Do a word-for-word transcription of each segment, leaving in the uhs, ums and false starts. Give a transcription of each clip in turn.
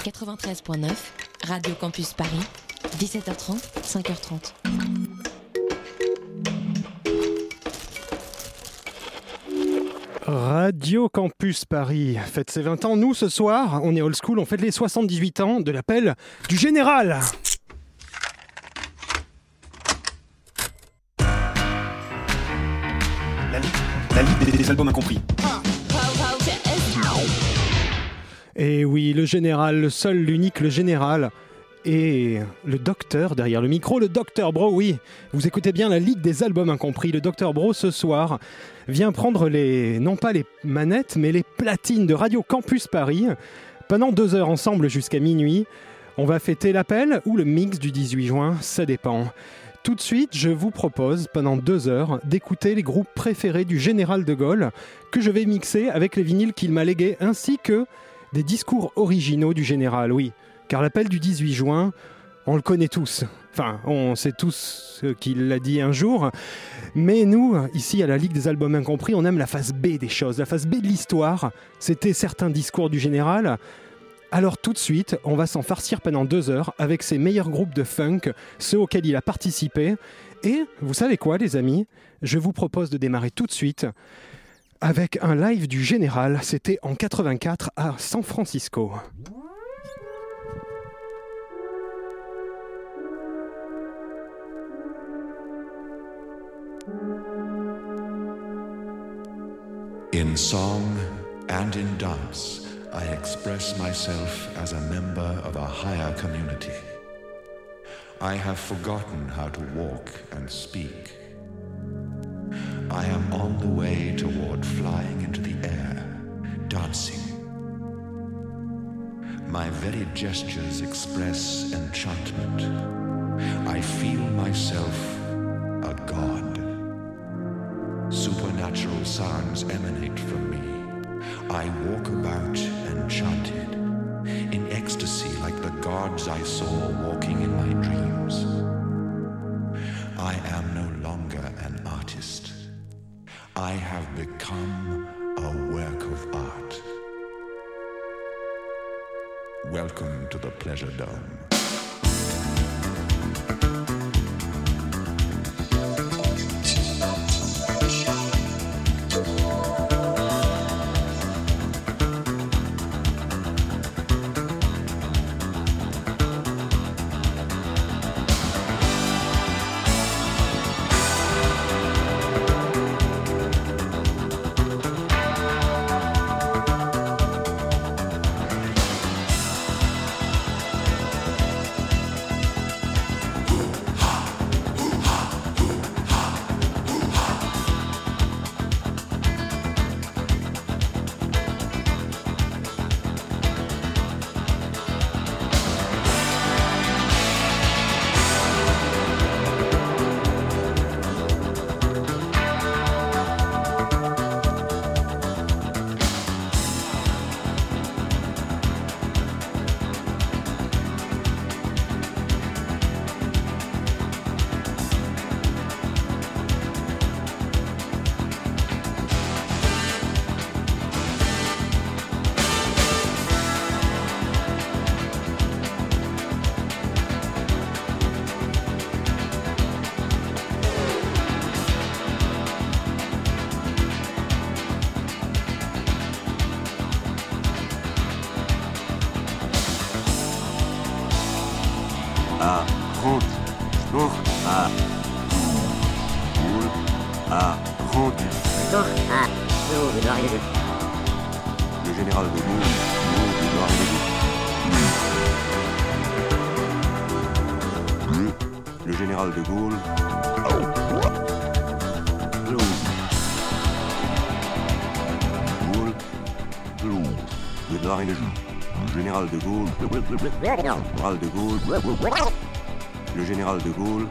quatre-vingt-treize neuf, Radio Campus Paris, dix-sept heures trente, cinq heures trente. Radio Campus Paris fête ses vingt ans. Nous, ce soir, on est old school, on fête les soixante-dix-huit ans de l'appel du Général. La, li- la Ligue des, des albums incompris. Et oui, le Général, le seul, l'unique, le Général. Et le docteur, derrière le micro, le docteur Bro, oui, vous écoutez bien la Ligue des albums incompris. Le docteur Bro, ce soir, vient prendre les, non pas les manettes, mais les platines de Radio Campus Paris. Pendant deux heures ensemble jusqu'à minuit, on va fêter l'appel ou le mix du dix-huit juin, ça dépend. Tout de suite, je vous propose, pendant deux heures, d'écouter les groupes préférés du Général de Gaulle, que je vais mixer avec les vinyles qu'il m'a légués, ainsi que des discours originaux du Général, oui. Car l'appel du dix-huit juin, on le connaît tous. Enfin, on sait tous ce qu'il a dit un jour. Mais nous, ici à la Ligue des albums incompris, on aime la face B des choses. La face B de l'histoire, c'était certains discours du Général. Alors tout de suite, on va s'en farcir pendant deux heures avec ses meilleurs groupes de funk, ceux auxquels il a participé. Et vous savez quoi, les amis ? Je vous propose de démarrer tout de suite avec un live du Général. C'était en quatre-vingt-quatre à San Francisco. In song and in dance, I express myself as a member of a higher community. I have forgotten how to walk and speak. I am on the way toward flying into the air, dancing. My very gestures express enchantment. I feel myself a god. Supernatural sounds emanate from me. I walk about enchanted, in ecstasy like the gods I saw walking in my dreams. I am no longer an artist. I have become a work of art. Welcome to the Pleasure Dome. Le général de Gaulle, il doit arriver. Le général de Gaulle. Gaulle. Le noir et le jour. Le général de Gaulle. Le général de Gaulle. Le général de Gaulle.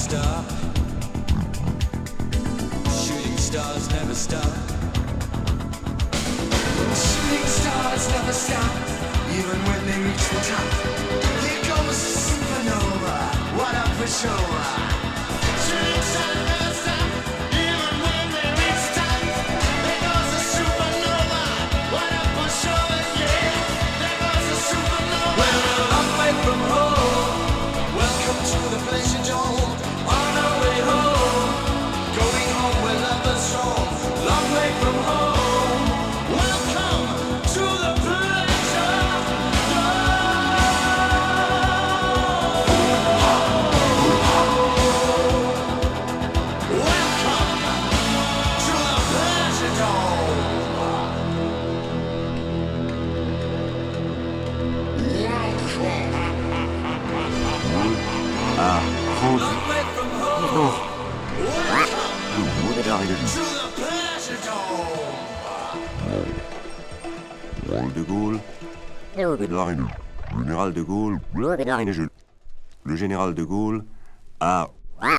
stop. Shooting stars never stop. Shooting stars never stop, even when they reach the top. Here goes a supernova, what up for show? Shooting stars never stop, even when they reach the top. There goes a supernova, what up for show? Yeah, there goes a supernova. We're a long way from home. Welcome to the place you don't. On our way home, going home where lovers roam. Long way from home. Welcome to the pleasure dome. Welcome to the pleasure dome. a rendu Long way from home. Welcome le général de to the pleasure dome. de Gaulle. Le général de Gaulle. Le général de Gaulle a,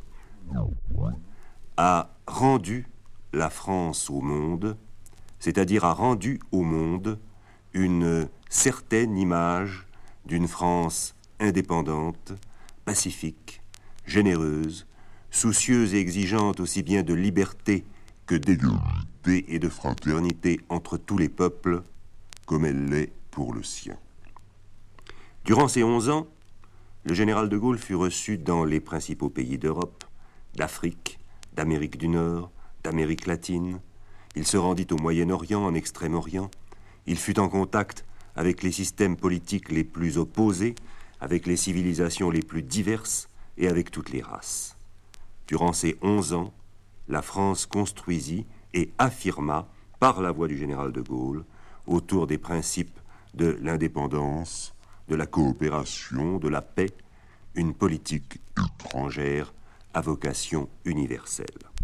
a rendu la France au monde, c'est-à-dire a rendu au monde une certaine image d'une France indépendante, pacifique, généreuse, soucieuse et exigeante aussi bien de liberté que d'égalité et de fraternité entre tous les peuples, comme elle l'est pour le sien. Durant ces onze ans, le général de Gaulle fut reçu dans les principaux pays d'Europe, d'Afrique, d'Amérique du Nord, d'Amérique latine. Il se rendit au Moyen-Orient, en Extrême-Orient. Il fut en contact avec les systèmes politiques les plus opposés, avec les civilisations les plus diverses et avec toutes les races. Durant ces onze ans, la France construisit et affirma, par la voix du général de Gaulle, autour des principes de l'indépendance, de la coopération, de la paix, une politique étrangère à vocation universelle.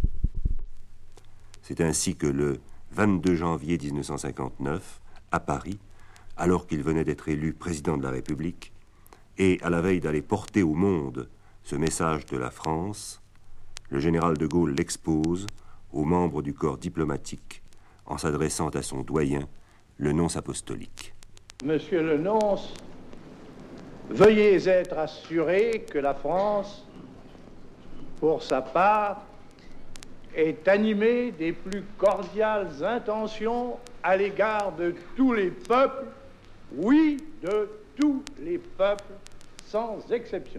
C'est ainsi que le vingt-deux janvier mille neuf cent cinquante-neuf, à Paris, alors qu'il venait d'être élu président de la République, et à la veille d'aller porter au monde ce message de la France, le général de Gaulle l'expose aux membres du corps diplomatique en s'adressant à son doyen, le nonce apostolique. Monsieur le nonce, veuillez être assuré que la France, pour sa part, est animée des plus cordiales intentions à l'égard de tous les peuples, oui, de tous les peuples, sans exception.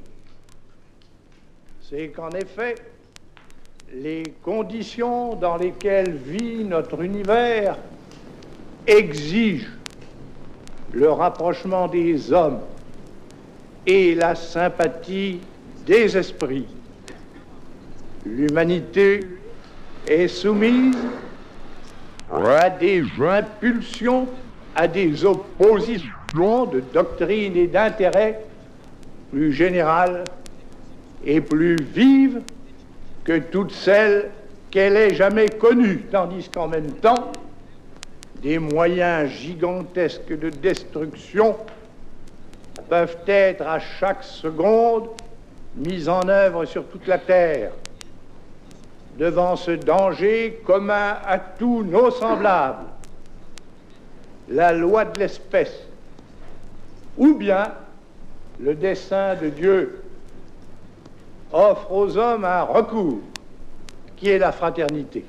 C'est qu'en effet, les conditions dans lesquelles vit notre univers exigent le rapprochement des hommes et la sympathie des esprits. L'humanité est soumise à des impulsions, à des oppositions de doctrines et d'intérêts plus générales et plus vives que toutes celles qu'elle ait jamais connues, tandis qu'en même temps, des moyens gigantesques de destruction peuvent être à chaque seconde mis en œuvre sur toute la Terre. Devant ce danger commun à tous nos semblables, la loi de l'espèce, ou bien le dessein de Dieu, offre aux hommes un recours, qui est la fraternité.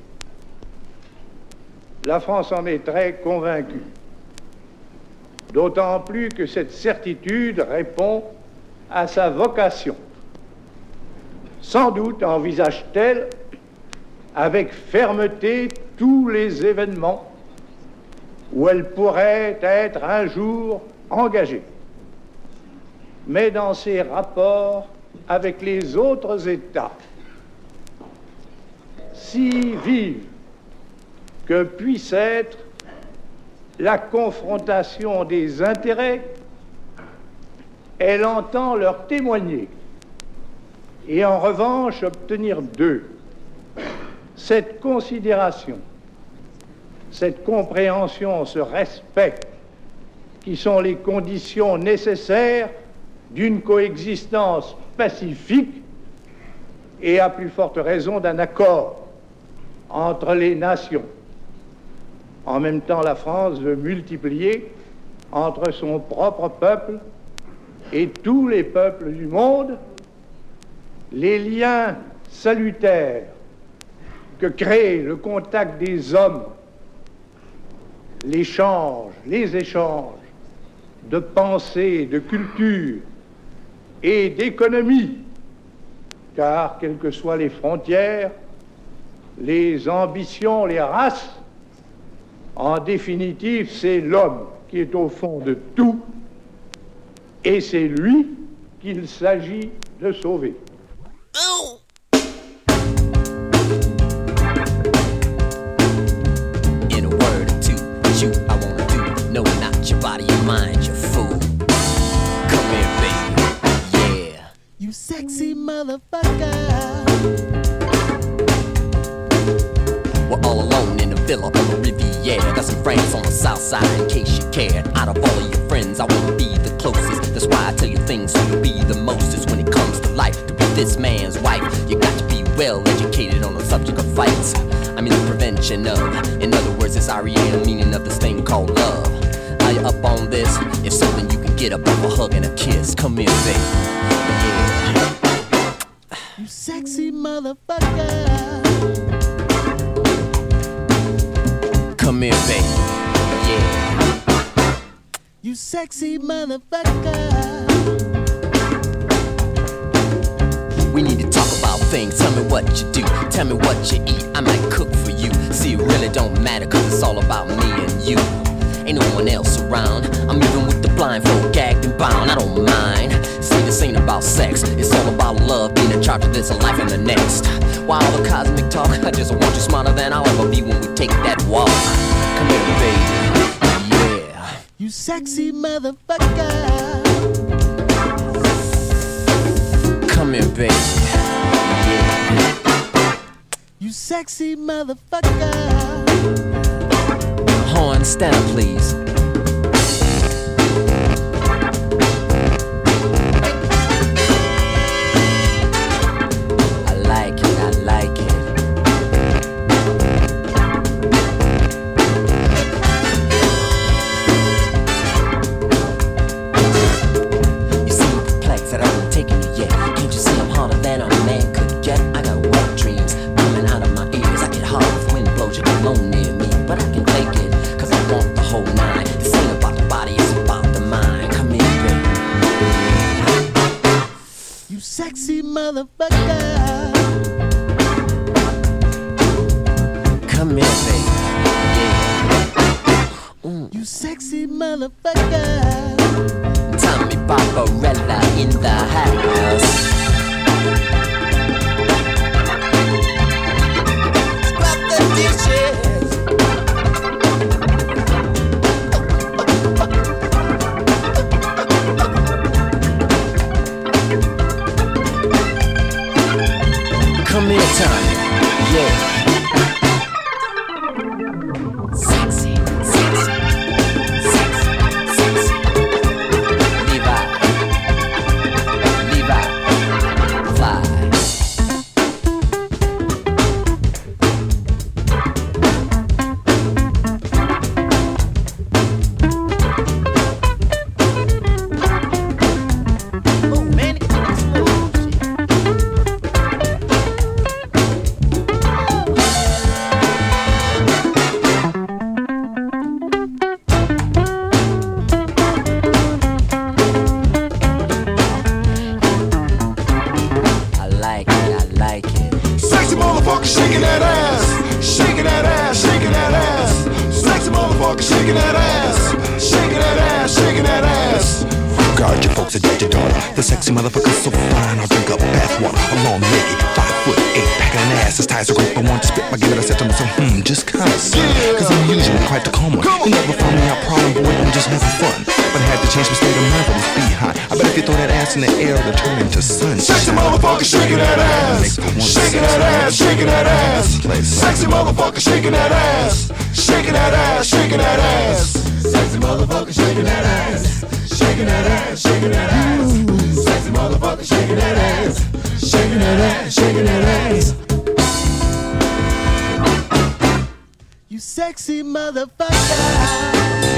La France en est très convaincue, d'autant plus que cette certitude répond à sa vocation. Sans doute envisage-t-elle avec fermeté tous les événements où elle pourrait être un jour engagée. Mais dans ses rapports avec les autres États, si vive que puisse être la confrontation des intérêts, elle entend leur témoigner et en revanche obtenir d'eux cette considération, cette compréhension, ce respect qui sont les conditions nécessaires d'une coexistence pacifique et à plus forte raison d'un accord entre les nations. En même temps, la France veut multiplier entre son propre peuple et tous les peuples du monde les liens salutaires que crée le contact des hommes, l'échange, les échanges de pensée, de culture et d'économie, car quelles que soient les frontières, les ambitions, les races, en définitive, c'est l'homme qui est au fond de tout, et c'est lui qu'il s'agit de sauver. In a word or two, you I wanna do. No, not your body, your mind, you fool. Come here, baby. Yeah. You sexy motherfucker. We're all alone in the villa on the Riviera. Got some friends on the south side in case you cared. Out of all of your friends, I wanna be the closest. That's why I tell you things so you'll be the mostest when it comes to life. To be this man's wife, you got to be well educated on the subject of fights. I mean the prevention of. In other words, it's R E A, the meaning of this thing called love. Are you up on this? If so, then you can get up off a hug and a kiss. Come here, baby. Yeah. You sexy motherfucker. Come here, baby. Yeah. You sexy motherfucker. We need to talk about things. Tell me what you do. Tell me what you eat. I might cook for you. See, it really don't matter, cause it's all about me and you. Ain't no one else around. I'm even with the blindfold, gagged and bound. I don't mind. See, this ain't about sex. It's all about love, being in charge of this and life and the next. Why all the cosmic talk? I just want you smarter than I'll ever be when we take that walk. Come here, baby. Yeah. You sexy motherfucker. Come here, baby. Yeah. You sexy motherfucker. Horn, stand up, please. I like it, I like it. You seem perplexed that I haven't taken you yet. Can't you see I'm harder than a man could get? I got wet dreams coming out of my ears. I get hard if wind blows you alone near me, but I can take it. Want the whole nine. This ain't about the body, it's about the mind. Come here, baby. You sexy motherfucker. Come here, baby. Yeah. Mm. You sexy motherfucker. Tommy Barbarella in the house. Scrap the dishes. Come here, Tommy. Yeah. Sexy, sexy, sexy, sexy. Levi, Levi, fly. Oh man, it's explosive. Shaking that ass, shaking that ass, shaking that ass. Sexy motherfucker, shaking that ass, shaking that ass, shaking that ass. Guard your folks, adopt your daughter. The sexy motherfucker's so fine, I'll drink up bath water. A long legged, five foot eight, packing an ass as tight as a rope. I want to spit my give it. I said to myself, hmm, just kinda son. Cause I'm usually quite the calm one. You never found me out problem, boy, I'm just having fun. But I had to change my state of mind for this behind. I bet if you throw that ass in the air, it'll turn into sunshine. Sexy motherfucker, shaking that ass, shaking that ass, shaking that ass. Sexy motherfucker, shaking that ass, shaking that ass, shaking that ass. Sexy motherfucker, shaking that ass, shaking that ass, shaking that ass. Sexy motherfucker, shaking that ass. shaking that ass, shaking that ass. You sexy motherfucker.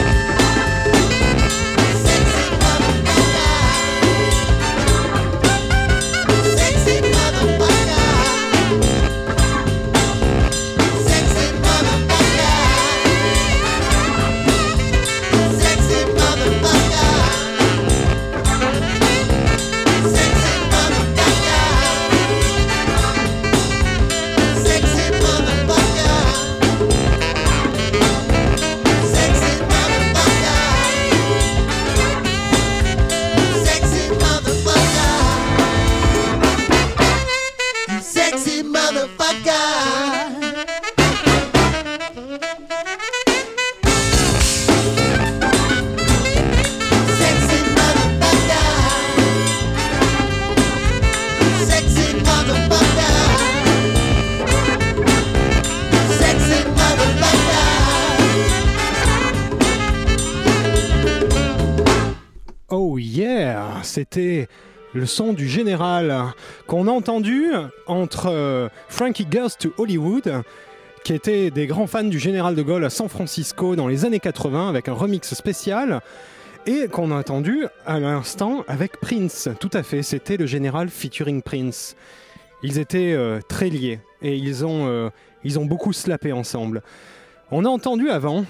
C'était le son du général qu'on a entendu entre euh, Frankie Goes to Hollywood, qui étaient des grands fans du général de Gaulle à San Francisco dans les années quatre-vingts avec un remix spécial, et qu'on a entendu à l'instant avec Prince. Tout à fait, c'était le général featuring Prince. Ils étaient euh, très liés et ils ont, euh, ils ont beaucoup slappé ensemble. On a entendu avant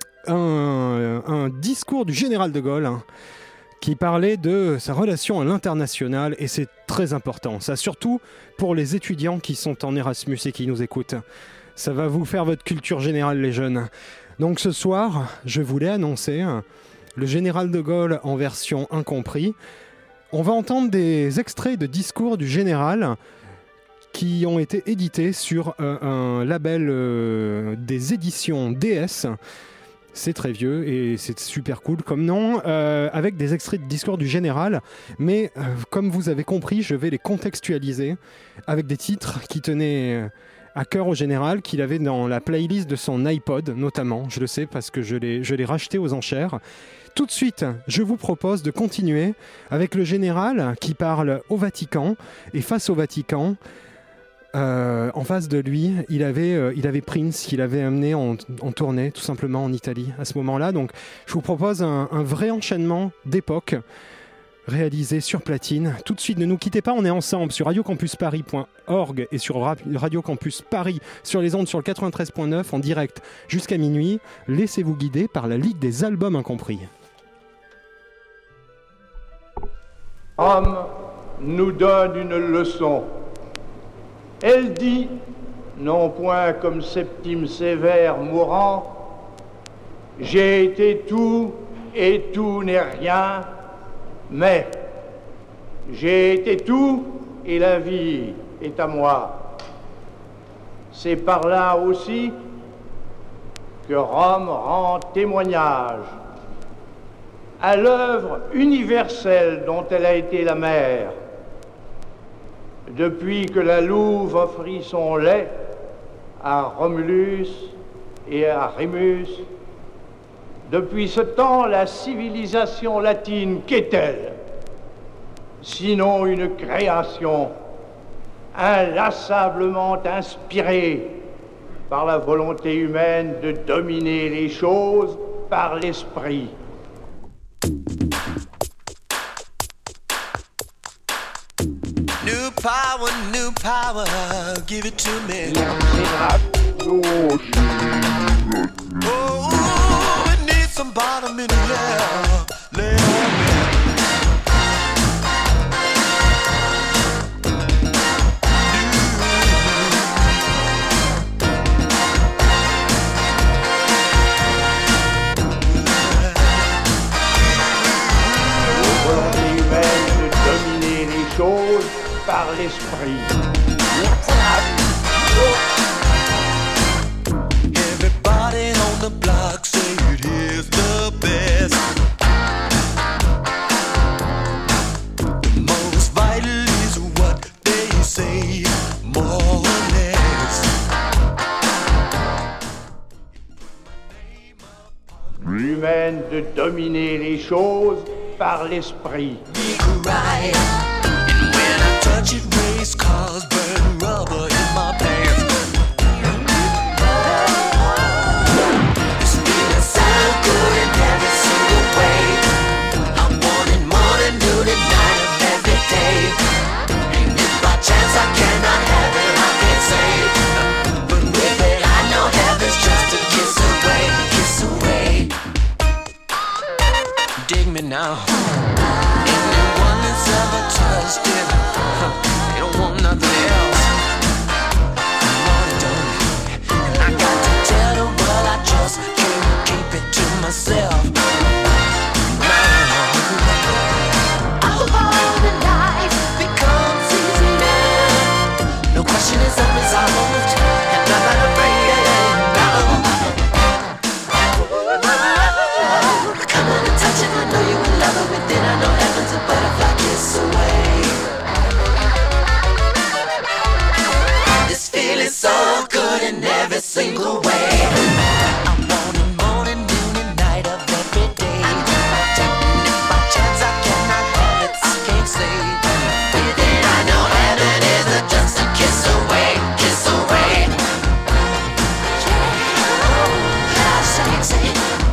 un, un discours du général de Gaulle hein, qui parlait de sa relation à l'international, et c'est très important. Ça, surtout pour les étudiants qui sont en Erasmus et qui nous écoutent. Ça va vous faire votre culture générale, les jeunes. Donc ce soir, je voulais annoncer le général de Gaulle en version incompris. On va entendre des extraits de discours du général qui ont été édités sur euh, un label euh, des éditions D S. C'est très vieux et c'est super cool comme nom, euh, avec des extraits de discours du général, mais euh, comme vous avez compris, je vais les contextualiser avec des titres qui tenaient à cœur au général, qu'il avait dans la playlist de son iPod notamment, je le sais parce que je l'ai, je l'ai racheté aux enchères. Tout de suite, je vous propose de continuer avec le général qui parle au Vatican, et face au Vatican, Euh, en face de lui, il avait, euh, il avait Prince, qu'il avait amené en, en tournée, tout simplement en Italie, à ce moment-là. Donc, je vous propose un, un vrai enchaînement d'époque, réalisé sur platine. Tout de suite, ne nous quittez pas, on est ensemble sur radio campus paris point org et sur Radio Campus Paris, sur les ondes sur le quatre-vingt-treize point neuf, en direct jusqu'à minuit. Laissez-vous guider par la Ligue des Albums Incompris. Homme nous donne une leçon. Elle dit, non point comme Septime Sévère mourant, j'ai été tout et tout n'est rien, mais j'ai été tout et la vie est à moi. C'est par là aussi que Rome rend témoignage à l'œuvre universelle dont elle a été la mère. Depuis que la louve offrit son lait à Romulus et à Rémus, depuis ce temps, la civilisation latine, qu'est-elle? Sinon une création inlassablement inspirée par la volonté humaine de dominer les choses par l'esprit. New power, new power, give it to me. Oh, it needs some bottom in the air. Lay on me. Volonté humaine de dominer les choses par l'esprit. Everybody on the block say it is the best. The most vital is what they say, more or less. Humaine de dominer les choses par l'esprit. Right. And when I touch it, race cars, burn rubber in my pants. This feeling so good in every single way. I want it morning, noon, and night of every day. And if by chance I cannot have it, I can't say. But with it, I know heaven's just a kiss away, kiss away. Dig me now. Anyone that's ever touched it, huh, they don't want nothing else. I'm already done it. And I got to tell the world I just can't keep it to myself. No question is unresolved, and I'm not afraid now. Come on and touch it, I know you will love it within. I know heaven's a butterfly kiss away. This feeling so good in every single way. I want it morning, noon, and night of every day. And if by chance I cannot have it, I can't say. With it, I know heaven is a just a kiss away, kiss away. Yeah, sexy.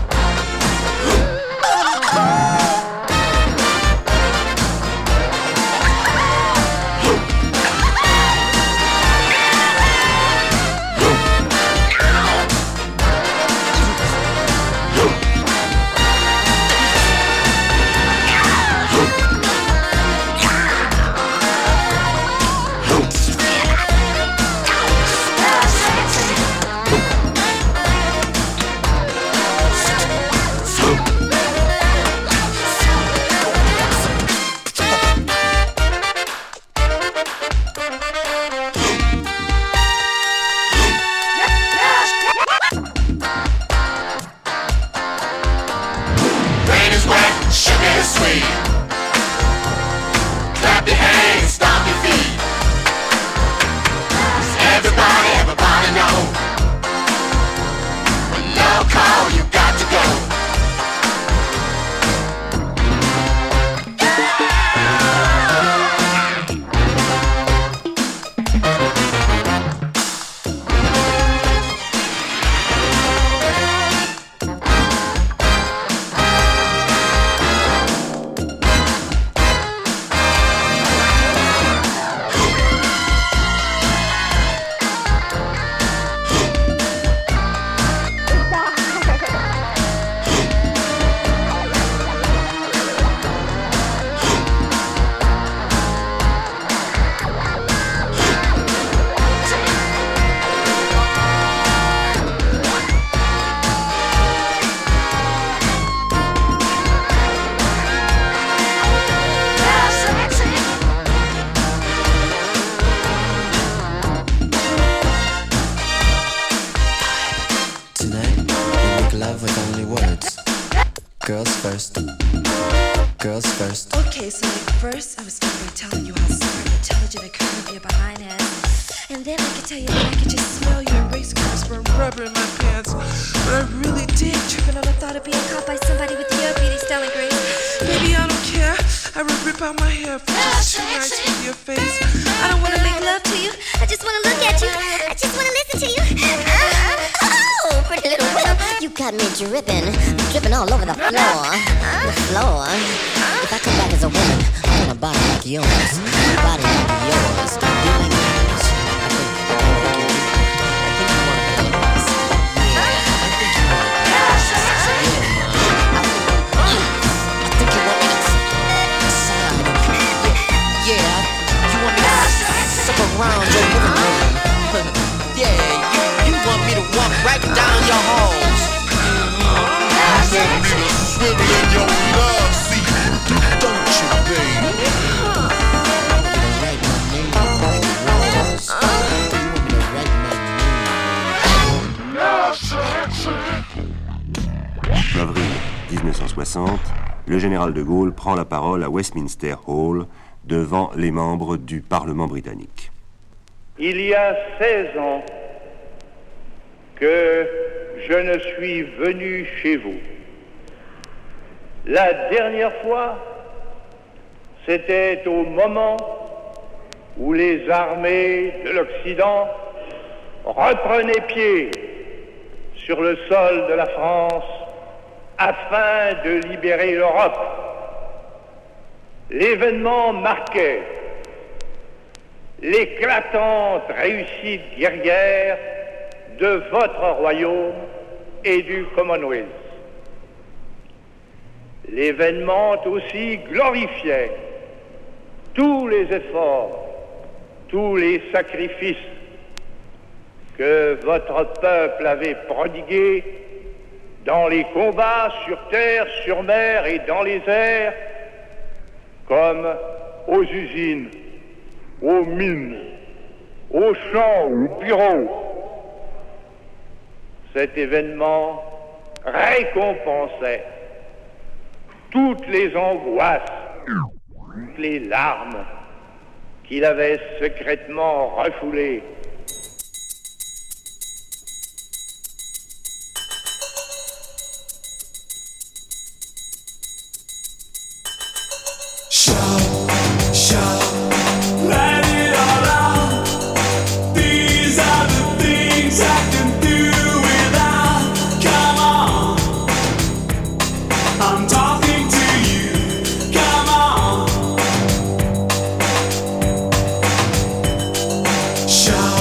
Rain is wet, sugar is sweet. Clap your hands, stomp your feet. Everybody, everybody know. When love call, you got to go. Tonight, we make love with only words. Girls first. Girls first. Okay, so like first I was starting by telling you how smart and intelligent and curvy your behind is. And then I could tell you that I could just smell your race cars from rubber in my pants. But I really did tripping on the thought of being caught by somebody with your beauty, style, and grace. Baby, I don't care. I would rip out my hair for just two nights with your face. I don't wanna make love to you. I just wanna look at you. I just wanna listen to you. Uh, oh, pretty little whip. You got me dripping, dripping all over the floor. The floor. If I come back as a woman, I want a body like yours. A body like yours. Do you like yours? I think, I think you do. I think you want to be yours. Yeah, I think you want to be yours. Yeah, I think you want me to side. Yeah, you want me to suck around your living room. Yeah, you, you want me to walk right down your halls. You want me to swivel in your love seat, don't you, baby? avril dix-neuf cent soixante, le général de Gaulle prend la parole à Westminster Hall devant les membres du Parlement britannique. Il y a seize ans que je ne suis venu chez vous. La dernière fois, c'était au moment où les armées de l'Occident reprenaient pied sur le sol de la France afin de libérer l'Europe. L'événement marquait l'éclatante réussite guerrière de votre royaume et du Commonwealth. L'événement aussi glorifiait tous les efforts, tous les sacrifices que votre peuple avait prodigués dans les combats sur terre, sur mer et dans les airs, comme aux usines, aux mines, aux champs, aux bureaux. Cet événement récompensait toutes les angoisses, toutes les larmes qu'il avait secrètement refoulées. Shout.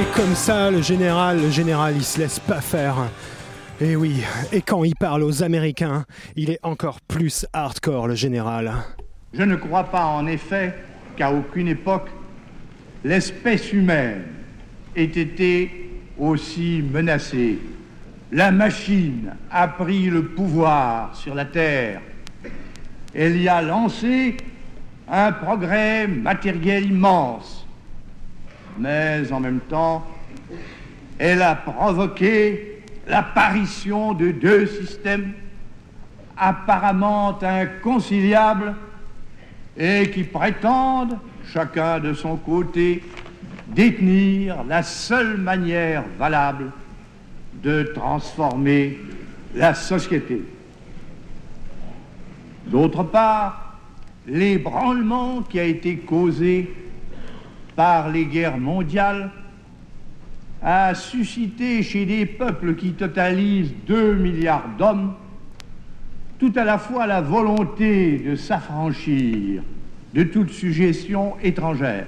est comme ça, le général. Le général, il se laisse pas faire. Et oui, et quand il parle aux Américains, il est encore plus hardcore, le général. Je ne crois pas en effet qu'à aucune époque, l'espèce humaine ait été aussi menacée. La machine a pris le pouvoir sur la Terre. Elle y a lancé un progrès matériel immense. Mais en même temps, elle a provoqué l'apparition de deux systèmes apparemment inconciliables et qui prétendent, chacun de son côté, détenir la seule manière valable de transformer la société. D'autre part, l'ébranlement qui a été causé par les guerres mondiales a suscité chez des peuples qui totalisent deux milliards d'hommes tout à la fois la volonté de s'affranchir de toute suggestion étrangère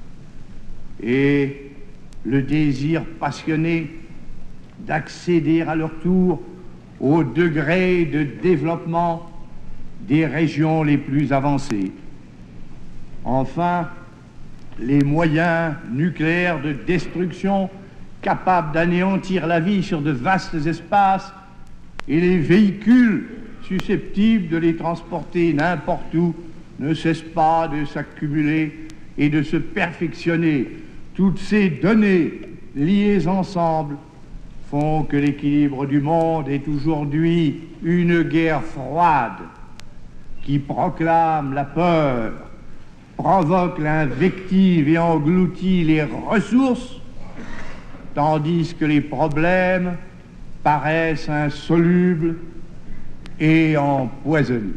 et le désir passionné d'accéder à leur tour au degré de développement des régions les plus avancées. Enfin, les moyens nucléaires de destruction capables d'anéantir la vie sur de vastes espaces et les véhicules susceptibles de les transporter n'importe où ne cessent pas de s'accumuler et de se perfectionner. Toutes ces données liées ensemble font que l'équilibre du monde est aujourd'hui une guerre froide qui proclame la peur, provoque l'invective et engloutit les ressources, tandis que les problèmes paraissent insolubles et empoisonnés.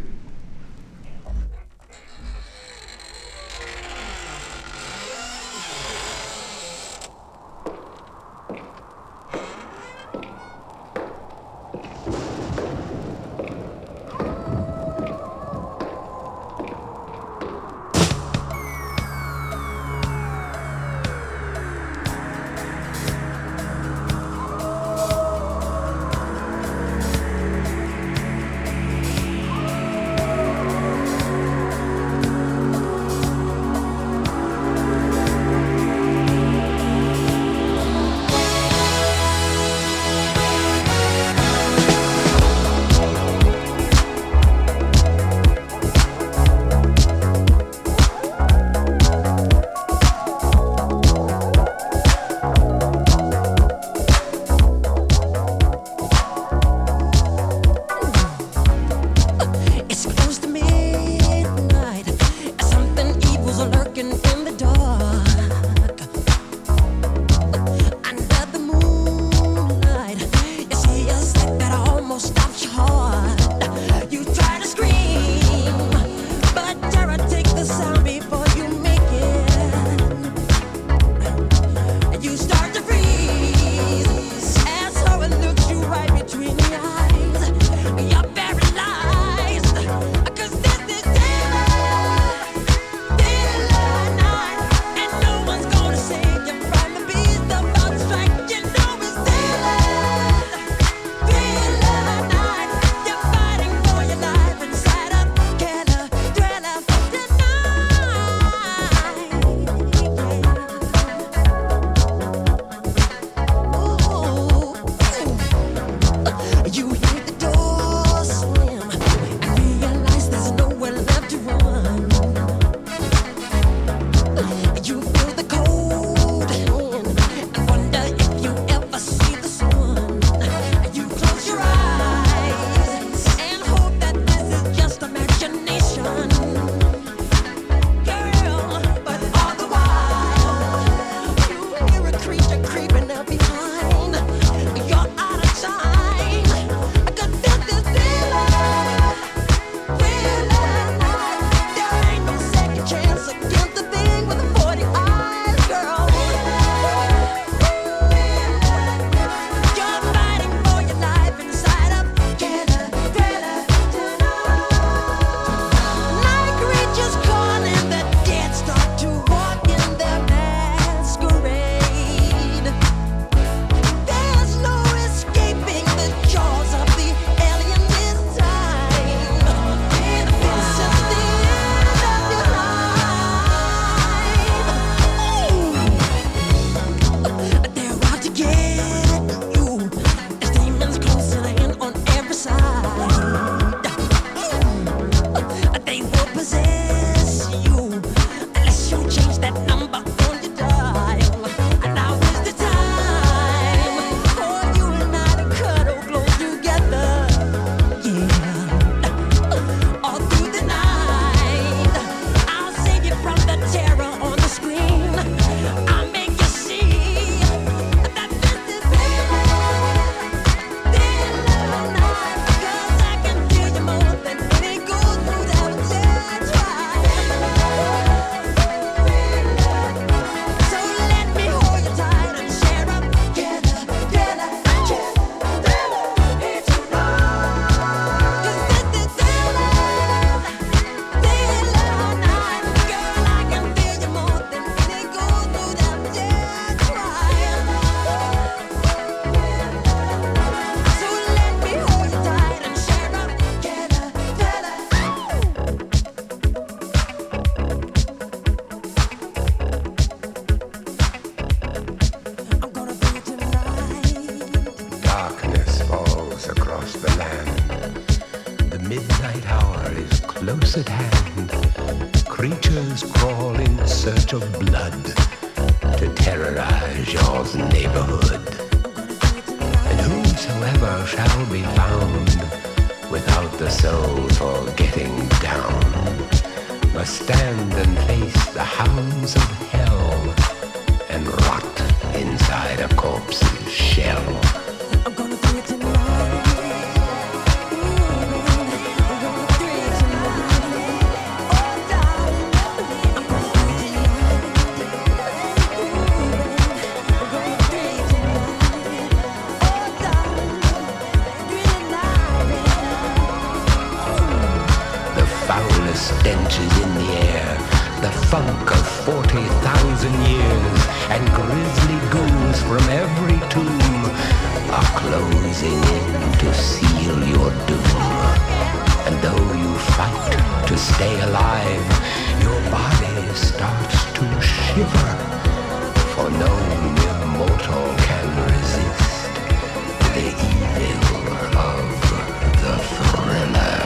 close at hand, creatures crawl in search of blood to terrorize your neighborhood. And whosoever shall be found without the soul for getting down must stand and face the hounds of hell and rot inside a corpse's shell. I'm gonna do it tonight. Stench is in the air, the funk of forty thousand years, and grisly ghouls from every tomb are closing in to seal your doom. And though you fight to stay alive, your body starts to shiver, for no immortal can resist the evil of the thriller.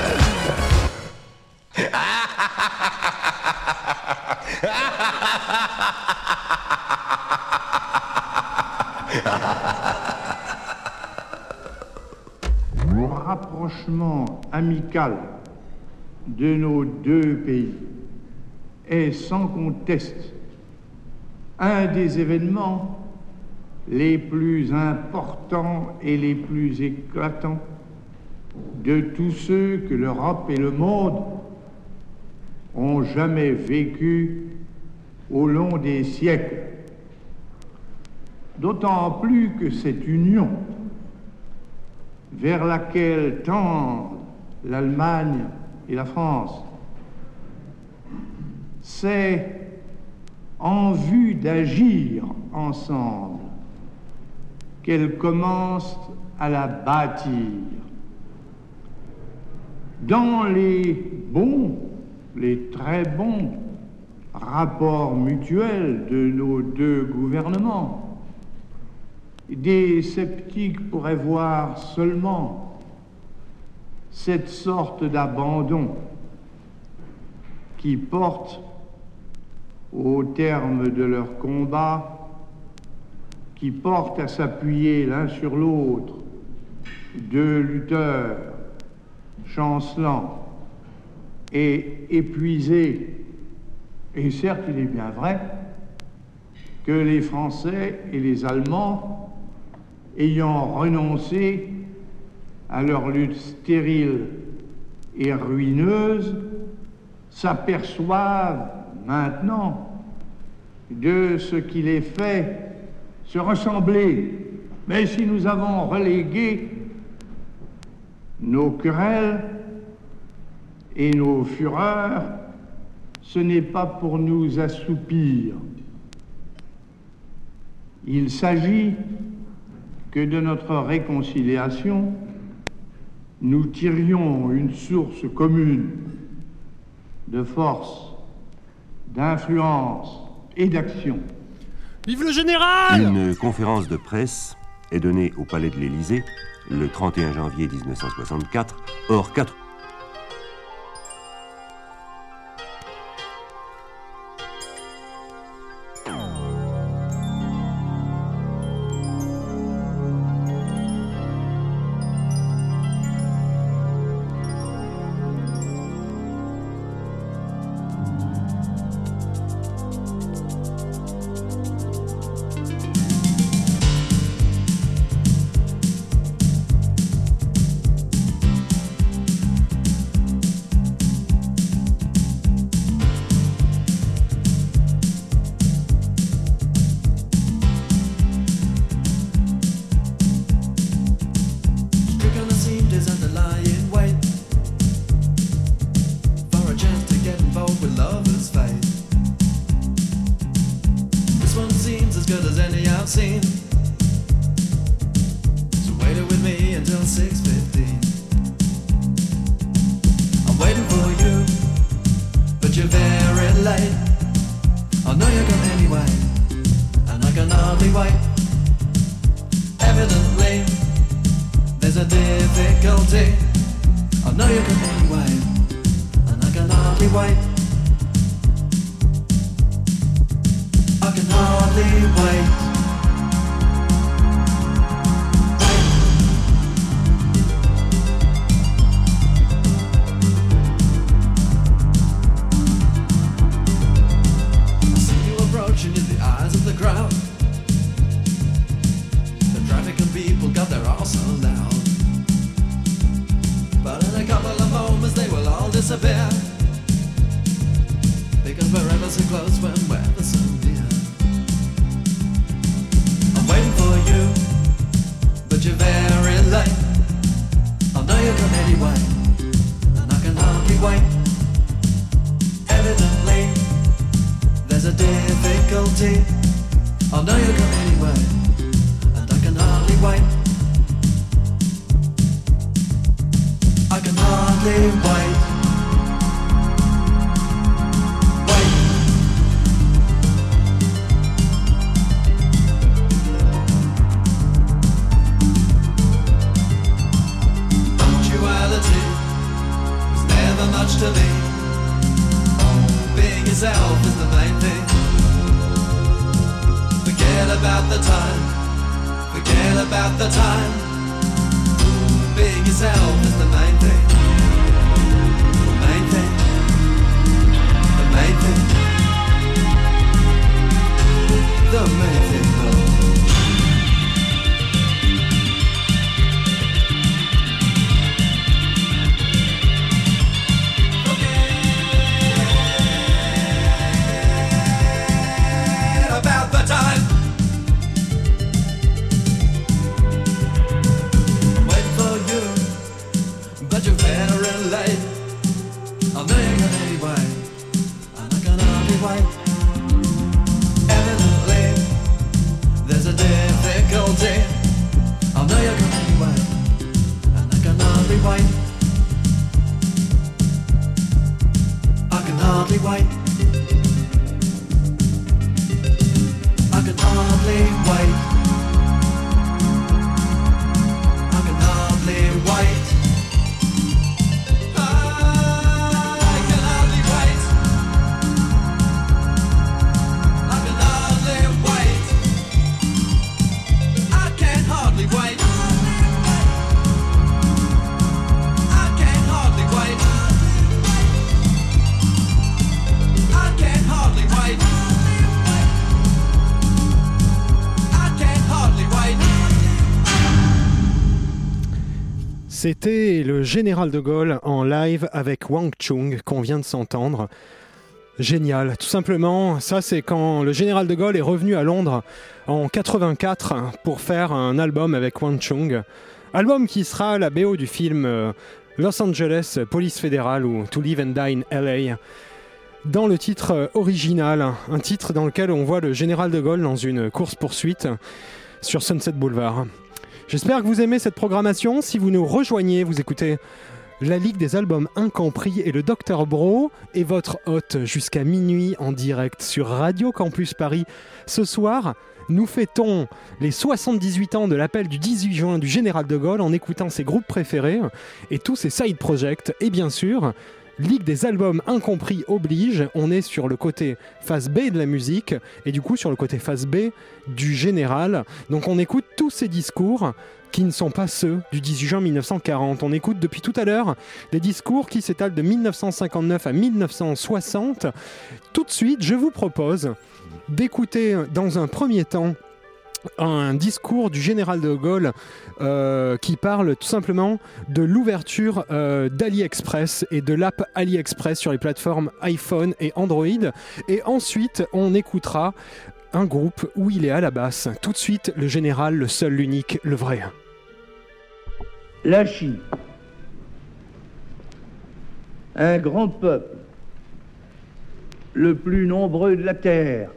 Le rapprochement amical de nos deux pays est sans conteste un des événements les plus importants et les plus éclatants de tous ceux que l'Europe et le monde ont jamais vécu au long des siècles. D'autant plus que cette union vers laquelle tendent l'Allemagne et la France, c'est en vue d'agir ensemble qu'elle commence à la bâtir. Dans les bons, les très bons rapports mutuels de nos deux gouvernements, des sceptiques pourraient voir seulement cette sorte d'abandon qui porte, au terme de leur combat, qui porte à s'appuyer l'un sur l'autre, deux lutteurs chancelants et épuisés. Et certes, il est bien vrai que les Français et les Allemands, ayant renoncé à leur lutte stérile et ruineuse, s'aperçoivent maintenant de ce qui les fait se ressembler. Mais si nous avons relégué nos querelles et nos fureurs, ce n'est pas pour nous assoupir. Il s'agit que de notre réconciliation, nous tirions une source commune de force, d'influence et d'action. Vive le général! Une conférence de presse est donnée au Palais de l'Élysée le trente et un janvier mille neuf cent soixante-quatre, hors quatre Difficulty. I know you can anyway, and I can wait. I can hardly wait. I see you approaching in the eyes of the crowd. The traffic and people got their arse so loud. But in a couple of moments they will all disappear, because we're ever so close when we're ever so near. I'm waiting for you, but you're very late. I know you come anyway, and I can hardly wait. Evidently, there's a difficulty. I know you come anyway, and I can hardly wait. I can hardly wait. Wait. Punctuality was never much to me. Being yourself is the main thing. Forget about the time. Forget about the time. Being yourself is the main thing. The main thing. The main thing. The main thing, though. Forget about the time. But you're very late. I'll know you come anyway, and I can hardly wait. Evidently, there's a difficulty. I'll know you come anyway, and I can hardly wait. I can hardly wait. I can hardly wait. I can hardly wait. C'était le général de Gaulle en live avec Wang Chung qu'on vient de s'entendre. Génial, tout simplement. Ça, c'est quand le général de Gaulle est revenu à Londres en quatre-vingt-quatre pour faire un album avec Wang Chung. Album qui sera la B O du film Los Angeles Police Fédérale ou To Live and Die in L A. Dans le titre original, un titre dans lequel on voit le général de Gaulle dans une course-poursuite sur Sunset Boulevard. J'espère que vous aimez cette programmation. Si vous nous rejoignez, vous écoutez la Ligue des albums incompris et le docteur Bro est votre hôte jusqu'à minuit en direct sur Radio Campus Paris. Ce soir, nous fêtons les soixante-dix-huit ans de l'appel du dix-huit juin du général de Gaulle en écoutant ses groupes préférés et tous ses side projects. Et bien sûr, Ligue des albums incompris oblige, on est sur le côté face B de la musique et du coup sur le côté face B du général. Donc on écoute tous ces discours qui ne sont pas ceux du dix-huit juin mille neuf cent quarante. On écoute depuis tout à l'heure les discours qui s'étalent de mille neuf cent cinquante-neuf à mille neuf cent soixante. Tout de suite, je vous propose d'écouter dans un premier temps un discours du général de Gaulle euh, qui parle tout simplement de l'ouverture euh, d'AliExpress et de l'app AliExpress sur les plateformes iPhone et Android. Et ensuite, on écoutera un groupe où il est à la basse. Tout de suite, le général, le seul, l'unique, le vrai. La Chine, un grand peuple, le plus nombreux de la Terre,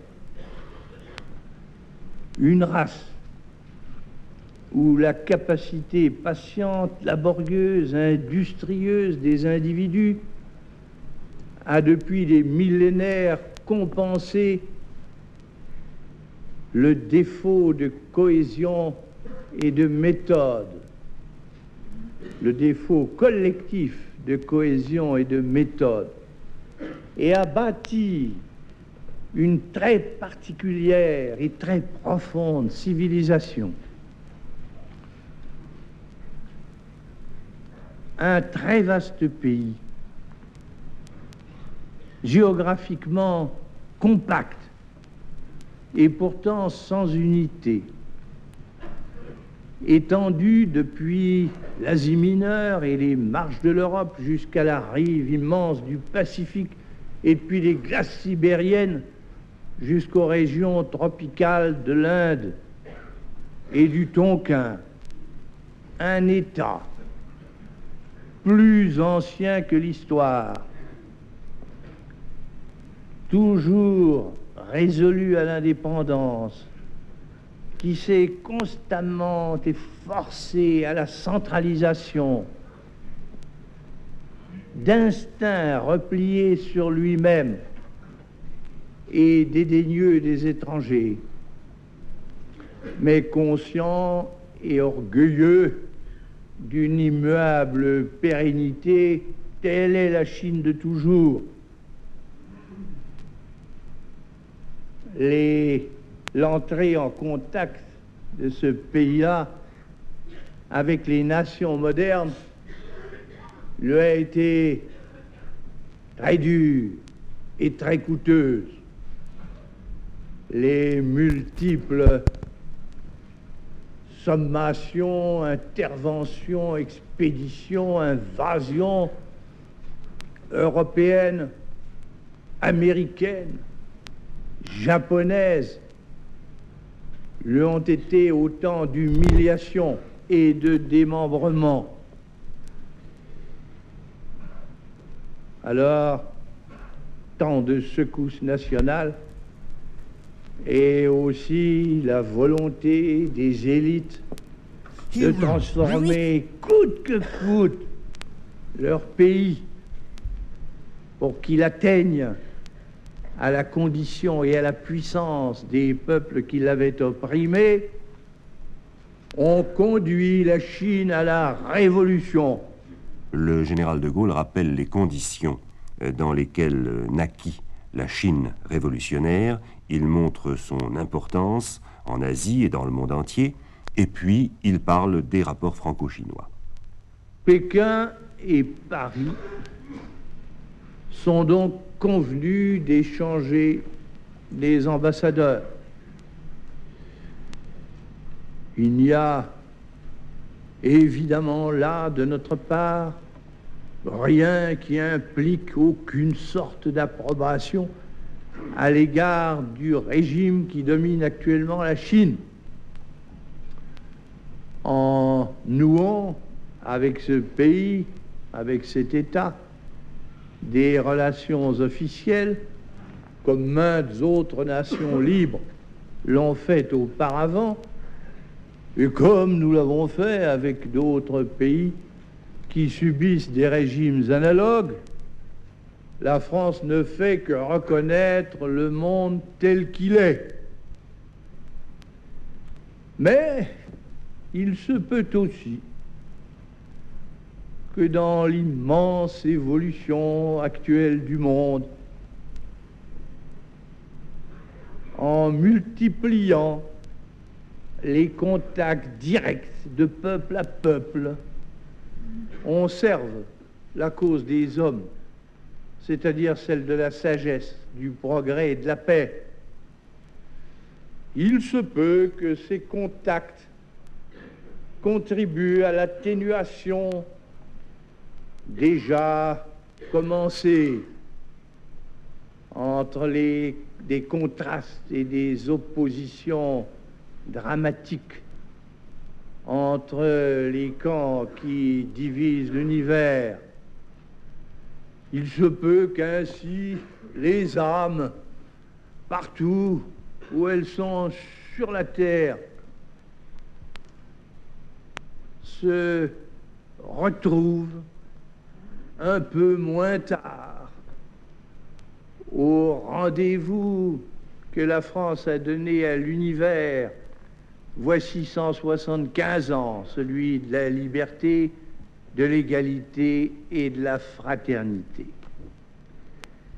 une race où la capacité patiente, laborieuse, industrieuse des individus a depuis des millénaires compensé le défaut de cohésion et de méthode, le défaut collectif de cohésion et de méthode et a bâti une très particulière et très profonde civilisation. Un très vaste pays, géographiquement compact et pourtant sans unité, étendu depuis l'Asie mineure et les marches de l'Europe jusqu'à la rive immense du Pacifique et puis les glaces sibériennes jusqu'aux régions tropicales de l'Inde et du Tonkin. Un État plus ancien que l'histoire, toujours résolu à l'indépendance, qui s'est constamment efforcé à la centralisation, d'instinct replié sur lui-même et dédaigneux des étrangers, mais conscient et orgueilleux d'une immuable pérennité, telle est la Chine de toujours. Les, l'entrée en contact de ce pays-là avec les nations modernes lui a été très dure et très coûteuse. Les multiples sommations, interventions, expéditions, invasions européennes, américaines, japonaises, lui ont été autant d'humiliation et de démembrement. Alors, tant de secousses nationales et aussi la volonté des élites de transformer coûte que coûte leur pays pour qu'il atteigne à la condition et à la puissance des peuples qui l'avaient opprimé, ont conduit la Chine à la révolution. Le général de Gaulle rappelle les conditions dans lesquelles naquit la Chine révolutionnaire. Il montre son importance en Asie et dans le monde entier, et puis il parle des rapports franco-chinois. Pékin et Paris sont donc convenus d'échanger des ambassadeurs. Il n'y a évidemment là, de notre part, rien qui implique aucune sorte d'approbation à l'égard du régime qui domine actuellement la Chine. En nouant avec ce pays, avec cet État, des relations officielles, comme maintes autres nations libres l'ont fait auparavant, et comme nous l'avons fait avec d'autres pays qui subissent des régimes analogues, la France ne fait que reconnaître le monde tel qu'il est. Mais il se peut aussi que dans l'immense évolution actuelle du monde, en multipliant les contacts directs de peuple à peuple, on serve la cause des hommes, c'est-à-dire celle de la sagesse, du progrès et de la paix. Il se peut que ces contacts contribuent à l'atténuation déjà commencée entre les, des contrastes et des oppositions dramatiques entre les camps qui divisent l'univers. Il se peut qu'ainsi les âmes, partout où elles sont sur la terre, se retrouvent un peu moins tard au rendez-vous que la France a donné à l'univers voici cent soixante-quinze ans, celui de la liberté, de l'égalité et de la fraternité.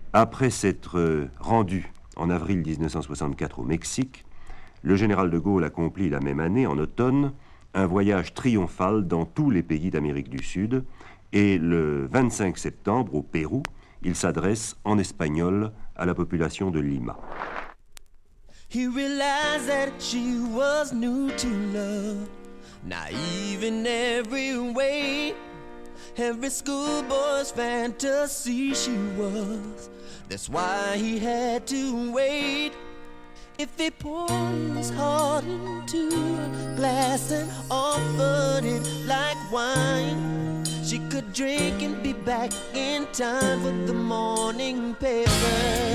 Après s'être rendu en avril dix-neuf cent soixante-quatre au Mexique, le général de Gaulle accomplit la même année, en automne, un voyage triomphal dans tous les pays d'Amérique du Sud, et le vingt-cinq septembre, au Pérou, il s'adresse en espagnol à la population de Lima. He realized that she was new to love, naive in every way. Every schoolboy's fantasy she was. That's why he had to wait. If he poured his heart into a glass and offered it like wine, she could drink and be back in time for the morning paper.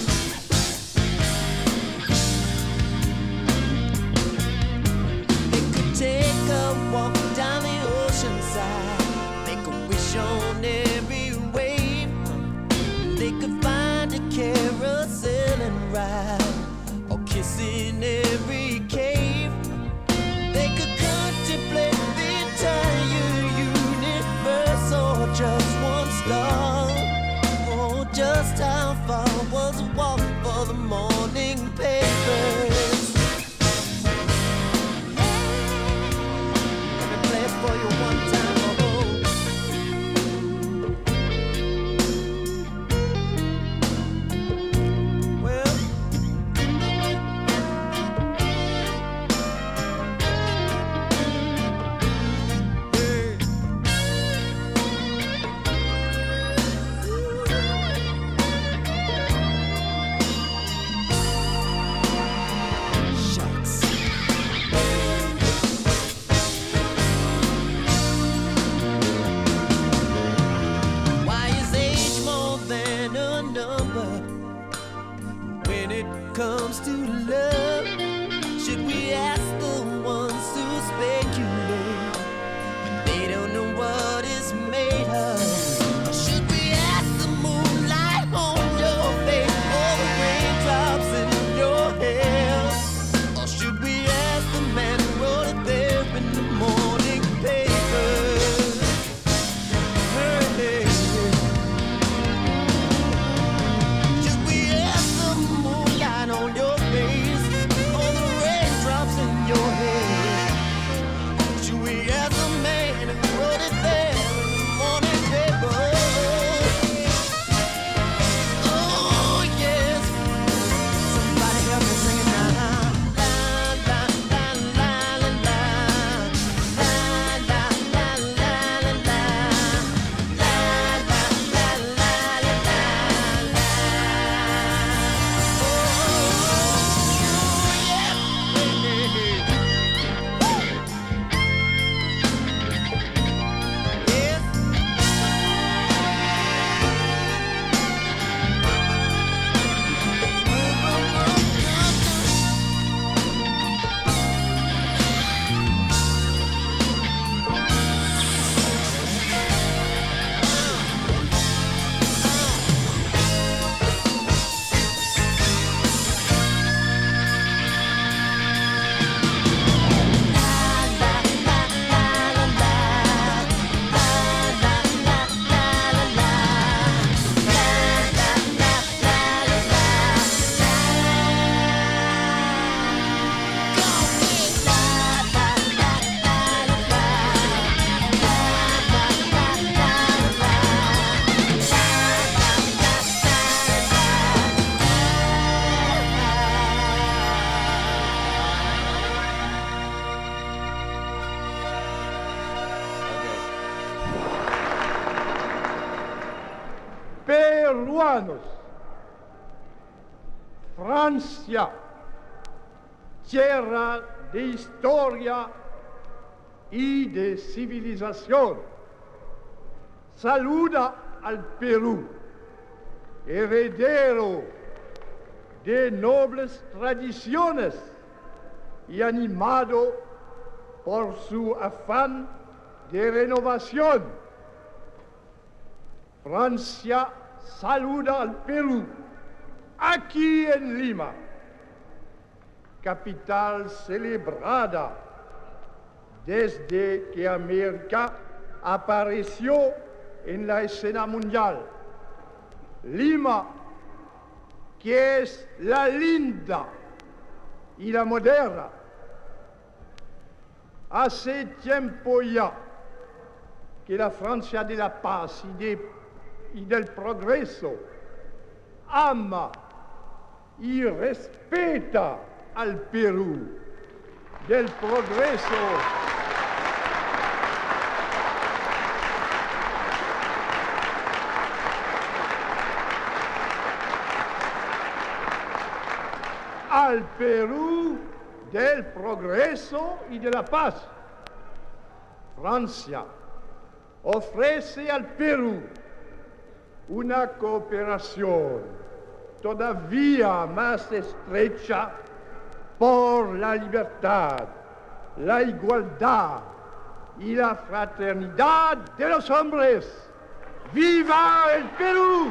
Take a walk down the ocean side, make a wish on every wave. They could find a carousel and ride, or kiss in every cave. They could contemplate the entire universe, or just one star. Oh, just how far was a walk for the morning papers? For you one time, oh. Well, hey. Shucks. Comes to love, should we ask the ones who speculate when they don't know what is made of? Or should we ask the moonlight on your face, or the raindrops in your hair? Or should we ask the man who wrote it there in the morning paper? Hey, hey. Should we ask the moonlight on your face, or the raindrops in your hair? Should we ask the man who wrote it there in the morning paper? Oh yes, somebody help me sing it now. La la la la la la, la la la la la la, la la la la la la. Peruanos, Francia, tierra de historia y de civilización, saluda al Perú, heredero de nobles tradiciones y animado por su afán de renovación. Francia saluda al Perú, aquí en Lima, capital celebrada desde que América apareció en la escena mundial. Lima que es la linda y la moderna. Hace tiempo ya que la Francia de la paz y, de, y del progreso ama y respeta al Perú, del progreso. Al Perú del progreso y de la paz. Francia ofrece al Perú una cooperación todavía más estrecha por la libertad, la igualdad y la fraternidad de los hombres. ¡Viva el Perú!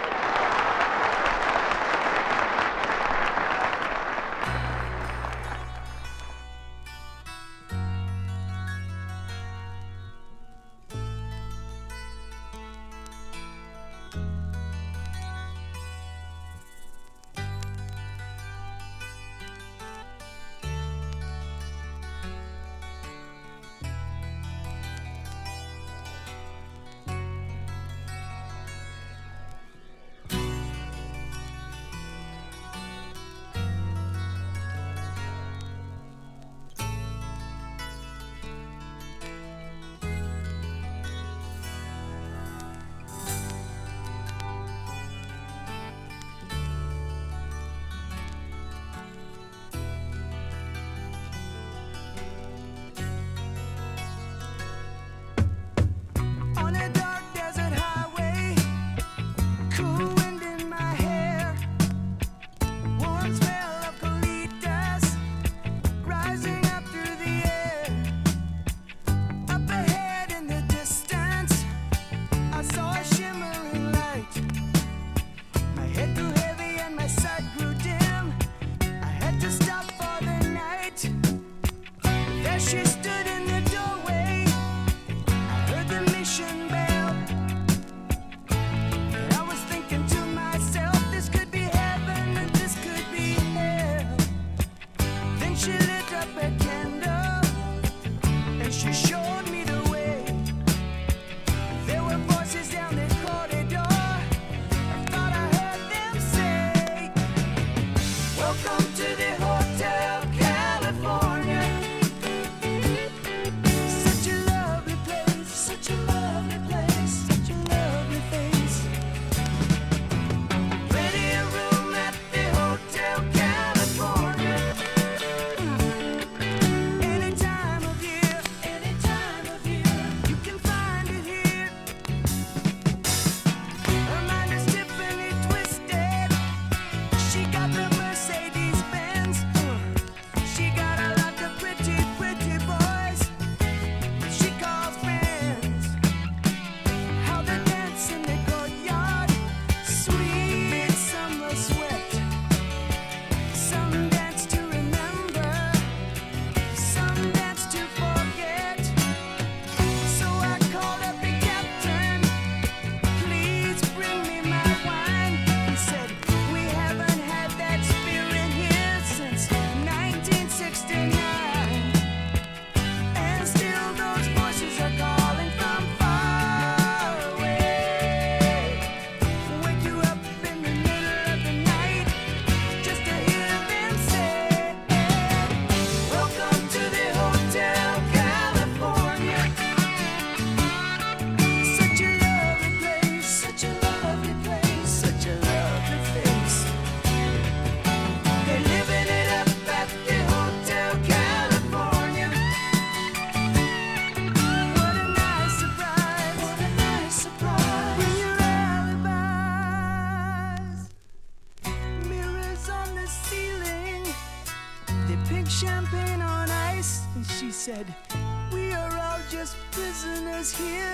champagne on ice, and she said, we are all just prisoners here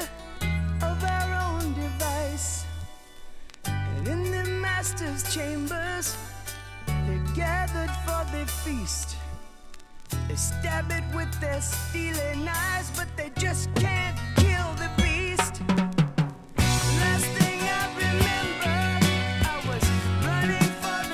of our own device. And in the master's chambers, they gathered for the feast. They stab it with their steely knives, but they just can't kill the beast. Last thing I remember, I was running for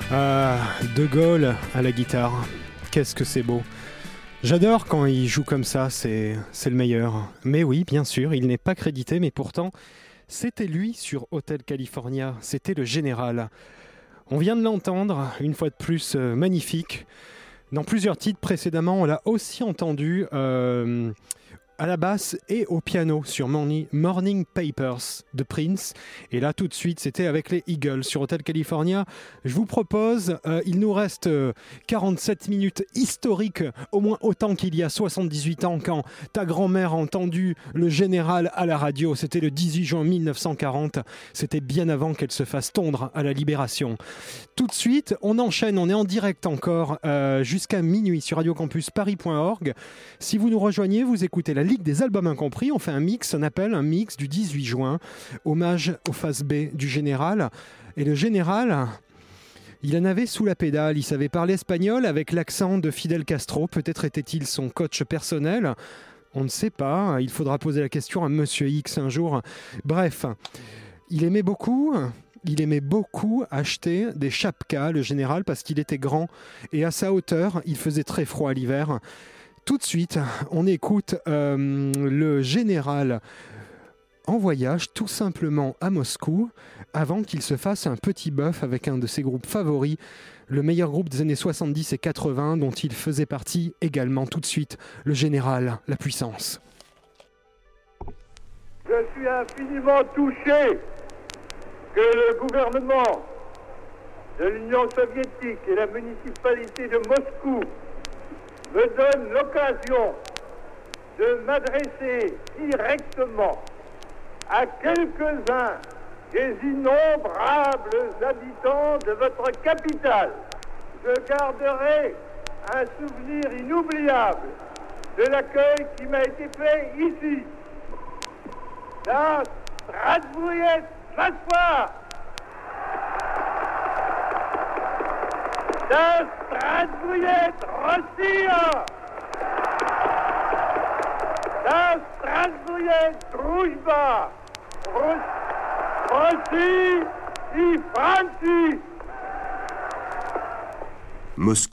Ah, De Gaulle à la guitare, qu'est-ce que c'est beau. J'adore quand il joue comme ça, c'est, c'est le meilleur. Mais oui, bien sûr, il n'est pas crédité, mais pourtant, c'était lui sur Hotel California, c'était le général. On vient de l'entendre, une fois de plus, euh, magnifique. Dans plusieurs titres précédemment, on l'a aussi entendu euh, à la basse et au piano sur Morning, Morning Papers de Prince. Et là, tout de suite, c'était avec les Eagles sur Hotel California. Je vous propose, euh, il nous reste euh, quarante-sept minutes historiques, au moins autant qu'il y a soixante-dix-huit ans, quand ta grand-mère a entendu le général à la radio. C'était le dix-huit juin mille neuf cent quarante. C'était bien avant qu'elle se fasse tondre à la Libération. Tout de suite, on enchaîne, on est en direct encore euh, jusqu'à minuit sur radio campus paris point org. Si vous nous rejoignez, vous écoutez la Ligue des albums incompris. On fait un mix, on appelle un mix du dix-huit juin, hommage aux faces B du général. Et le général, il en avait sous la pédale, il savait parler espagnol avec l'accent de Fidel Castro. Peut-être était-il son coach personnel, on ne sait pas, il faudra poser la question à Monsieur X un jour. Bref, il aimait beaucoup... Il aimait beaucoup acheter des chapkas, le général, parce qu'il était grand et à sa hauteur, il faisait très froid l'hiver. Tout de suite, on écoute euh, le général en voyage tout simplement à Moscou avant qu'il se fasse un petit bœuf avec un de ses groupes favoris, le meilleur groupe des années soixante-dix et quatre-vingts dont il faisait partie également. Tout de suite, le général, la puissance. Je suis infiniment touché que le gouvernement de l'Union soviétique et la municipalité de Moscou me donnent l'occasion de m'adresser directement à quelques-uns des innombrables habitants de votre capitale. Je garderai un souvenir inoubliable de l'accueil qui m'a été fait ici. La Strasbourgienne Moskva, la Strasbourgienne Russia, la Strasbourgienne Druzhba, Russie et Francie. Moscou.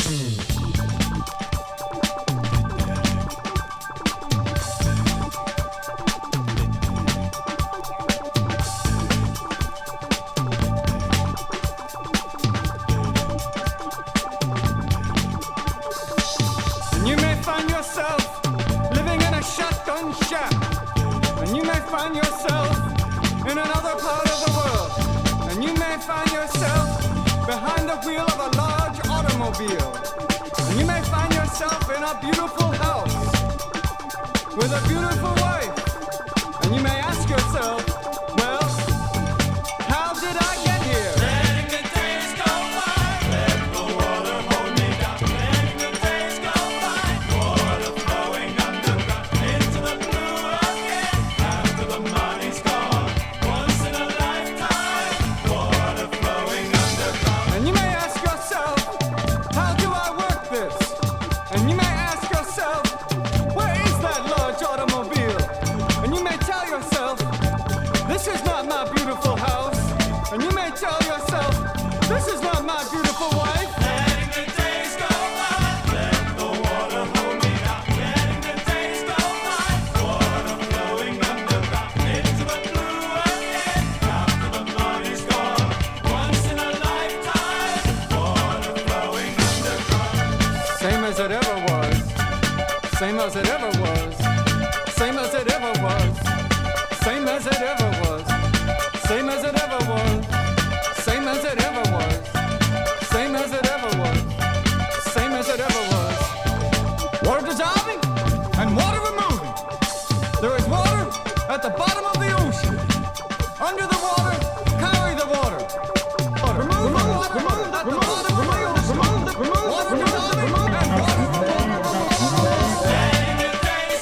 And you may find yourself in another part of the world, and you may find yourself behind the wheel of a large automobile, and you may find yourself in a beautiful house with a beautiful wife, and you may ask yourself, well, how did I get here? Letting the days go by, let the water hold me down. Letting the days go by, water flowing underground into the blue again. After the money's gone, once in a lifetime, water flowing underground. And you may ask yourself, how do I work this? And you may ask yourself, where is that large automobile? And you may tell yourself, this is not my beautiful house. And you may tell yourself, this is not my beautiful wife. Letting the days go by, let the water hold me down. Letting the days go by, water flowing underground into the blue again. After the money's gone, once in a lifetime, water flowing underground. Same as it ever was, same as it ever was, same as it ever was, same as it ever was, same as it ever was, same as it ever was, same as it ever was, same as it ever was. Water dissolving and water removing. There is water at the bottom of the ocean. Under the water, carry the water. Water. Remove the water at the bottom of the ocean. Remove the water dissolving and water removing. Letting the days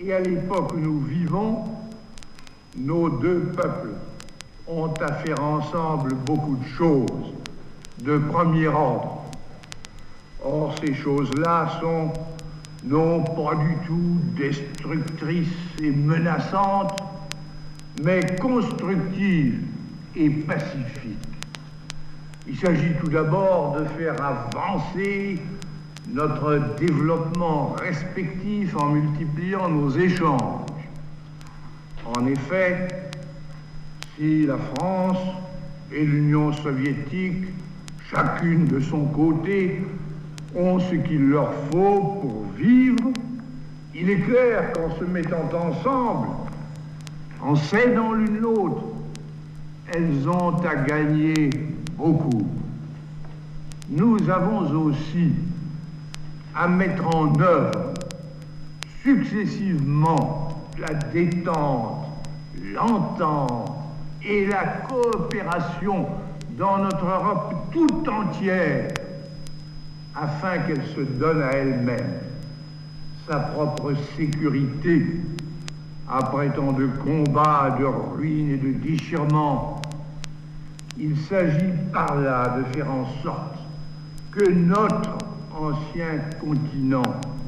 Et à l'époque où nous vivons, nos deux peuples ont à faire ensemble beaucoup de choses de premier ordre. Or, ces choses-là sont non pas du tout destructrices et menaçantes, mais constructives et pacifiques. Il s'agit tout d'abord de faire avancer notre développement respectif en multipliant nos échanges. En effet, si la France et l'Union soviétique, chacune de son côté, ont ce qu'il leur faut pour vivre, il est clair qu'en se mettant ensemble, en s'aidant l'une l'autre, elles ont à gagner beaucoup. Nous avons aussi à mettre en œuvre successivement la détente, l'entente et la coopération dans notre Europe tout entière, afin qu'elle se donne à elle-même sa propre sécurité, après tant de combats, de ruines et de déchirements. Il s'agit par là de faire en sorte que notre ancien continent,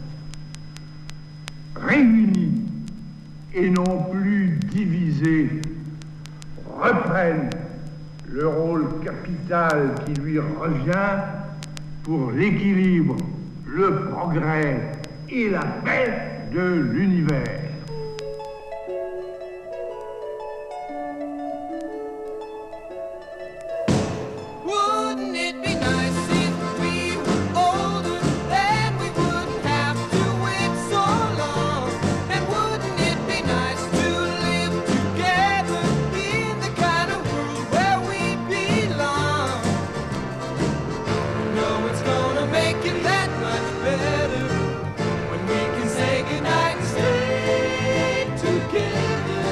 réuni et non plus divisé, reprenne le rôle capital qui lui revient pour l'équilibre, le progrès et la paix de l'univers. Wouldn't it be nice if we were older, then we wouldn't have to wait so long? And wouldn't it be nice to live together in the kind of world where we belong? No, it's gonna make it that much better when we can say goodnight and stay together.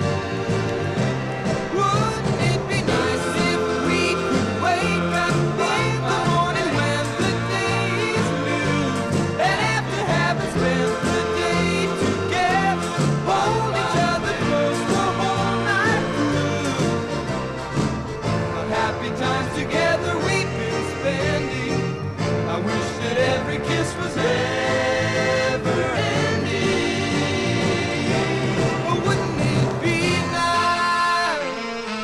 Wouldn't it be nice if we could wake up in the morning when the day is new, and after having spent the day together, hold each other close the whole night through? Of happy times together we've been spending, I wish that every kiss was never ending. Oh, wouldn't it be nice?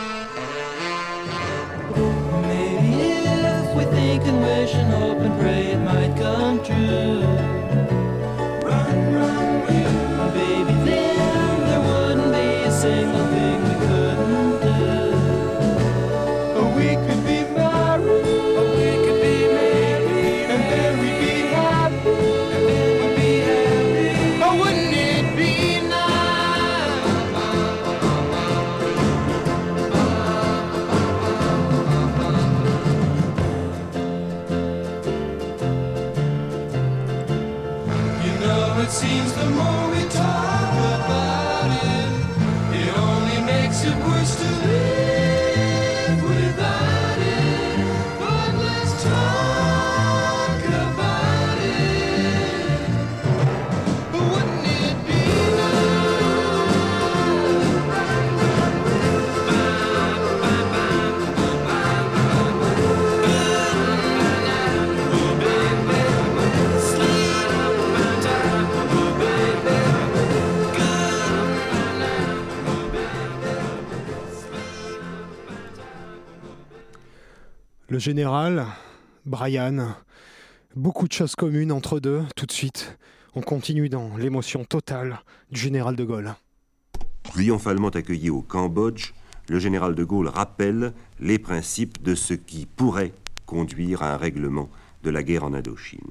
Maybe if we think and wish and hope and pray it might come true. Run, run, run, baby, then there wouldn't be a single thing we couldn't do. Oh, we could be married, oh, we could be married, and then we'd be happy, and then we'd be happy. Oh, wouldn't it be nice? You know, it seems the more we talk about it, it only makes it worse to live without it. But let's talk about it. Wouldn't it be Le général, Brian, beaucoup de choses communes entre deux. Tout de suite, on continue dans l'émotion totale du général de Gaulle. Triomphalement accueilli au Cambodge, le général de Gaulle rappelle les principes de ce qui pourrait conduire à un règlement de la guerre en Indochine.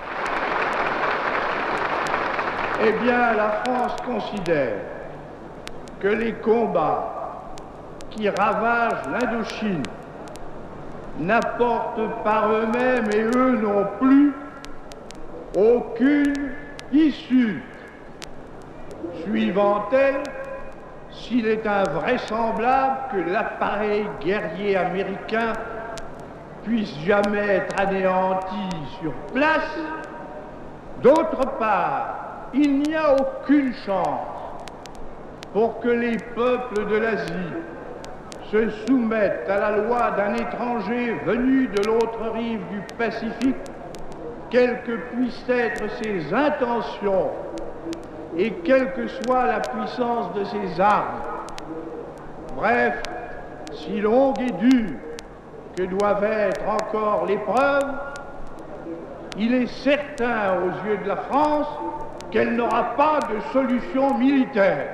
Eh bien, la France considère que les combats qui ravagent l'Indochine n'apportent par eux-mêmes et eux non plus aucune issue. Suivant-elle, s'il est invraisemblable que l'appareil guerrier américain puisse jamais être anéanti sur place, d'autre part, il n'y a aucune chance pour que les peuples de l'Asie se soumettent à la loi d'un étranger venu de l'autre rive du Pacifique, quelles que puissent être ses intentions et quelle que soit la puissance de ses armes. Bref, si longue et dure que doivent être encore les preuves, il est certain aux yeux de la France qu'elle n'aura pas de solution militaire.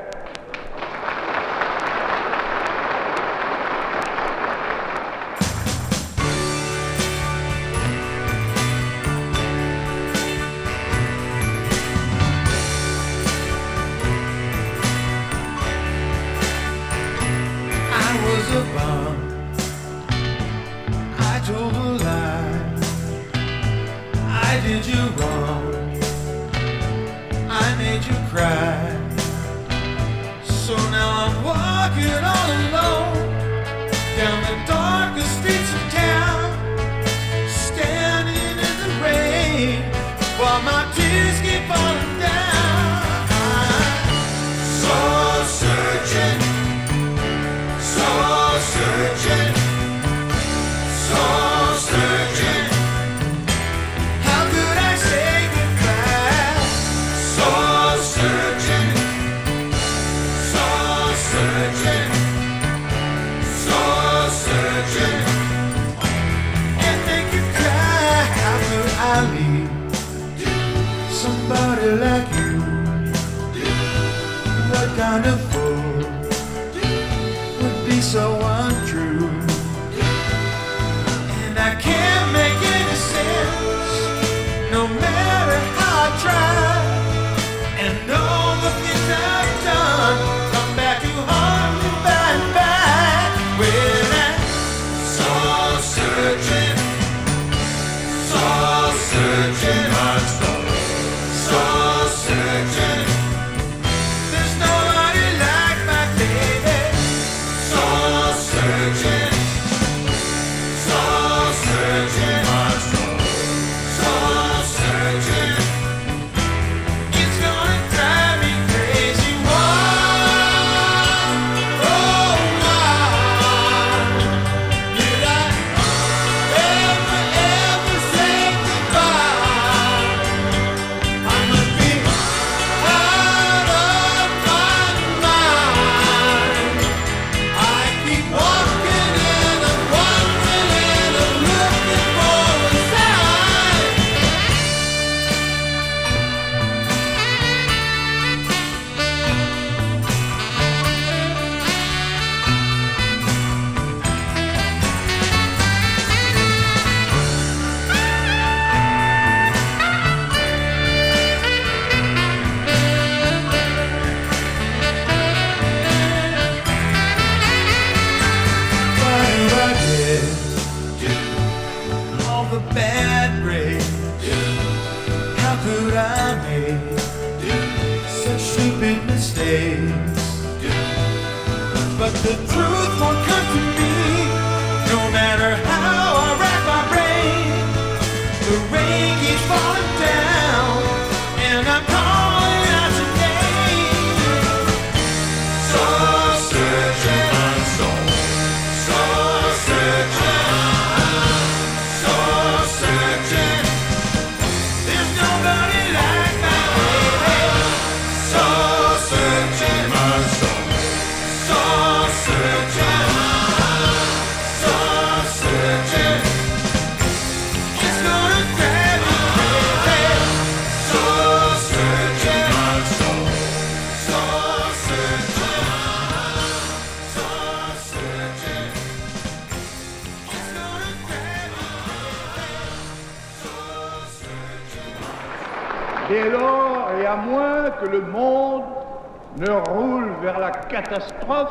Dès lors, et à moins que le monde ne roule vers la catastrophe,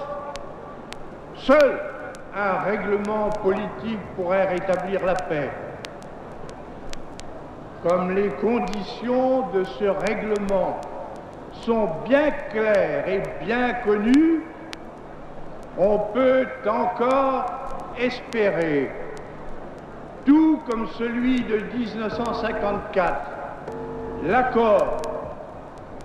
seul un règlement politique pourrait rétablir la paix. Comme les conditions de ce règlement sont bien claires et bien connues, on peut encore espérer, tout comme celui de mille neuf cent cinquante-quatre, l'accord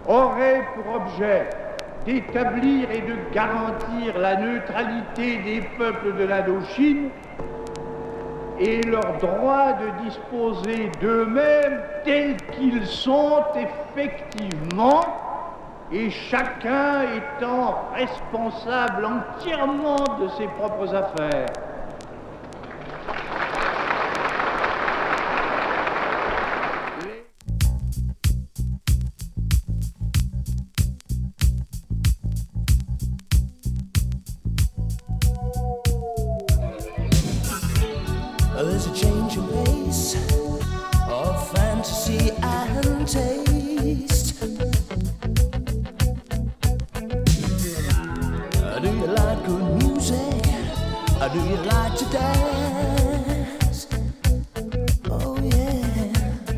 aurait pour objet d'établir et de garantir la neutralité des peuples de l'Indochine et leur droit de disposer d'eux-mêmes tels qu'ils sont effectivement, et chacun étant responsable entièrement de ses propres affaires. There's a change in pace of fantasy and taste. Uh, Do you like good music? Or do you like to dance? Oh yeah.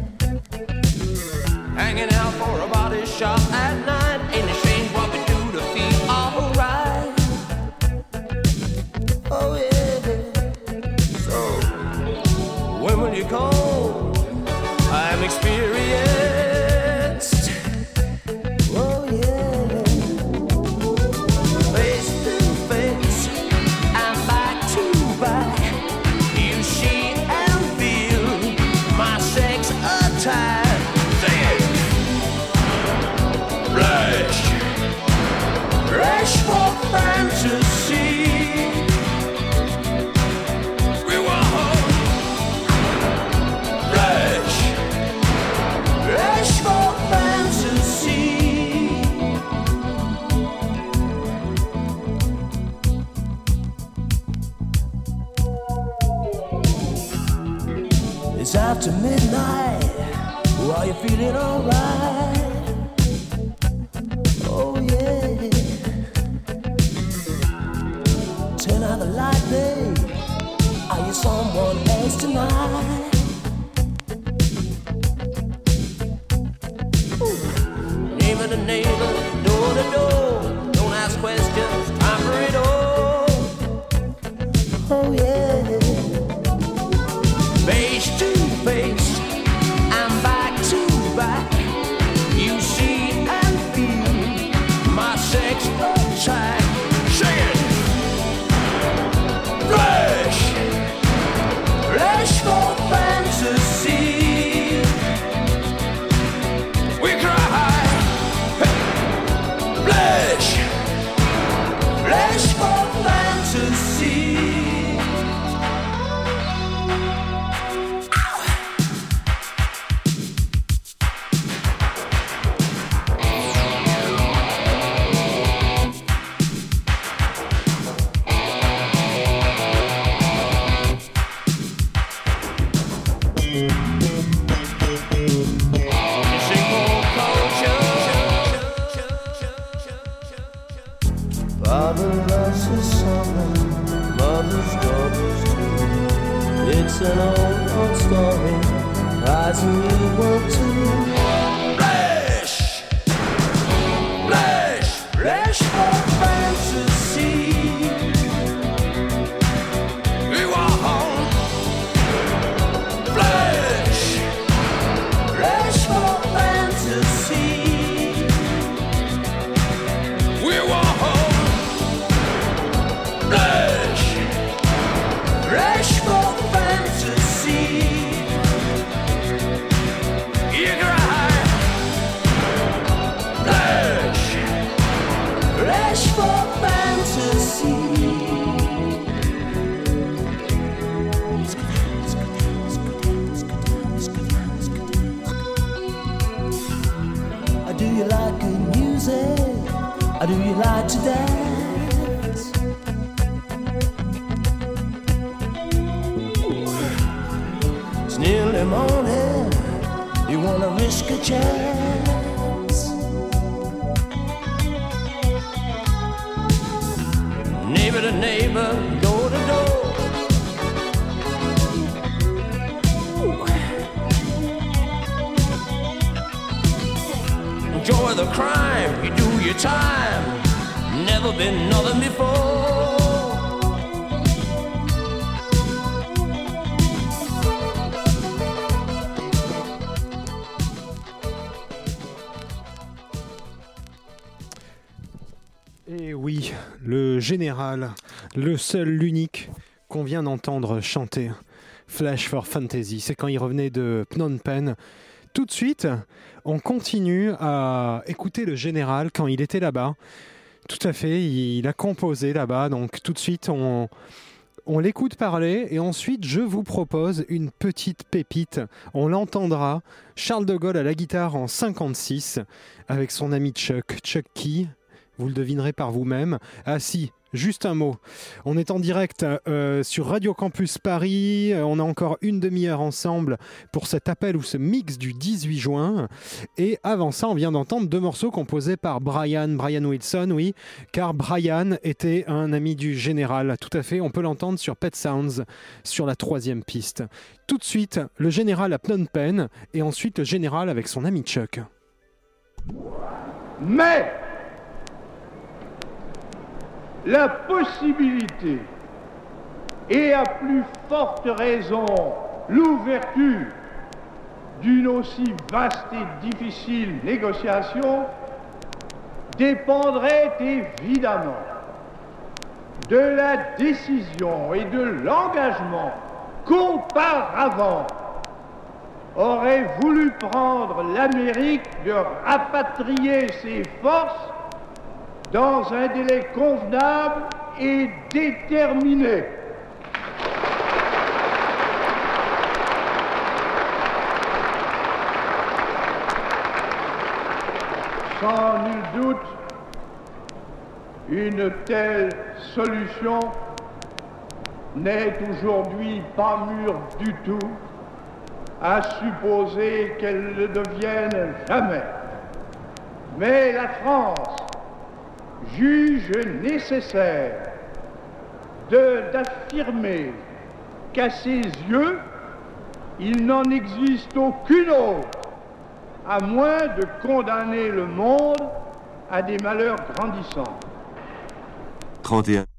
Hanging out for a body shop at night. Ain't it strange what we do to feel alright? Oh yeah. When will you come? I'm experienced. Oh yeah. Face to face and back to back. You see and feel my sex attack. Say it. Rush. Rush for fantasy. It's after midnight. Are you feeling alright? Oh yeah. Turn out the light, babe. Are you someone else tonight? Ooh. Name of the neighbor, door to door. Don't ask questions, time for it all. Oh yeah. Face to face and back to back. You see and feel my sex attack. Say it. Flash. Flash for fantasy. We cry. Flash. Flash for fantasy. Father loves his son, mother's daughters too. It's an old, old story, rising new world too. Flash! Flash! Flash for fantasy. We want home. Flash! Flash for fantasy. We want home. Flash! Flash for fantasy. You cry. Flash! Flash for fantasy. Do you like good music? Or do you like to dance? It's nearly morning. You wanna risk a chance? Neighbor to neighbor, door to door. Enjoy the crime, you do your time. Never been nothing before. Et oui, le général, le seul, l'unique qu'on vient d'entendre chanter, Flash for Fantasy, c'est quand il revenait de Phnom Penh. Tout de suite, on continue à écouter le général quand il était là-bas. Tout à fait, il a composé là-bas, donc tout de suite on, on l'écoute parler et ensuite je vous propose une petite pépite. On l'entendra, Charles de Gaulle à la guitare en cinquante-six avec son ami Chuck. Chuck qui, vous le devinerez par vous-même. Ah si, juste un mot. On est en direct euh, sur Radio Campus Paris. On a encore une demi-heure ensemble pour cet appel ou ce mix du dix-huit juin. Et avant ça, on vient d'entendre deux morceaux composés par Brian, Brian Wilson, oui, car Brian était un ami du général. Tout à fait, on peut l'entendre sur Pet Sounds, sur la troisième piste. Tout de suite, le général à Phnom Penh et ensuite le général avec son ami Chuck. Mais la possibilité et à plus forte raison l'ouverture d'une aussi vaste et difficile négociation dépendrait évidemment de la décision et de l'engagement qu'auparavant aurait voulu prendre l'Amérique de rapatrier ses forces dans un délai convenable et déterminé. Sans nul doute, une telle solution n'est aujourd'hui pas mûre du tout, à supposer qu'elle ne devienne jamais. Mais la France juge nécessaire de, d'affirmer qu'à ses yeux, il n'en existe aucune autre, à moins de condamner le monde à des malheurs grandissants. trente et un.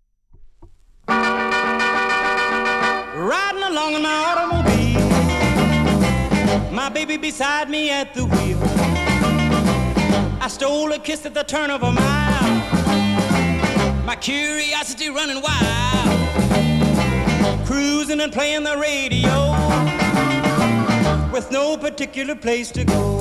Riding along in my automobile, my baby beside me at the wheel. I stole a kiss at the turn of a mile, my curiosity running wild, cruising and playing the radio, with no particular place to go.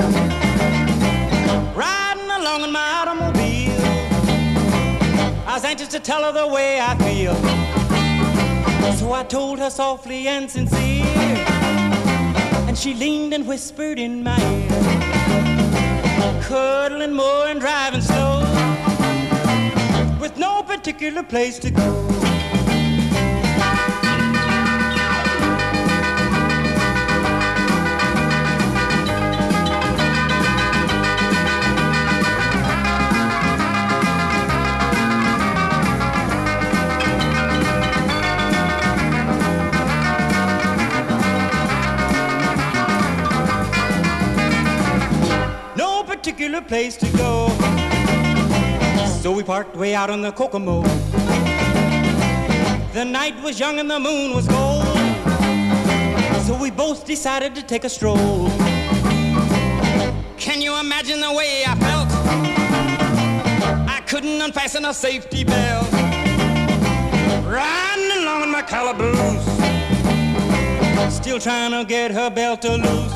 Riding along in my automobile, I was anxious to tell her the way I feel, so I told her softly and sincere, and she leaned and whispered in my ear, cuddling more and driving slow, with no particular place to go. Particular place to go, so we parked way out on the Kokomo. The night was young and the moon was gold, so we both decided to take a stroll. Can you imagine the way I felt? I couldn't unfasten a safety belt, riding along in my calaboose, still trying to get her belt to loose.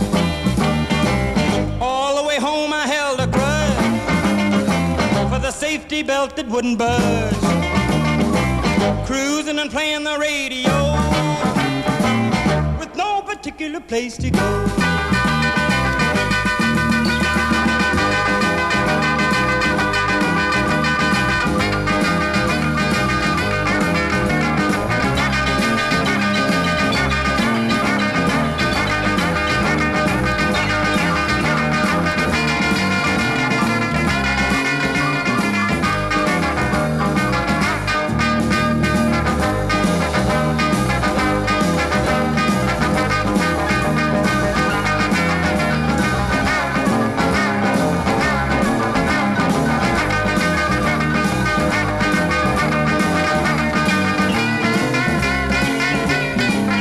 All the way home I held a grudge for the safety belt that wouldn't budge, cruising and playing the radio, with no particular place to go.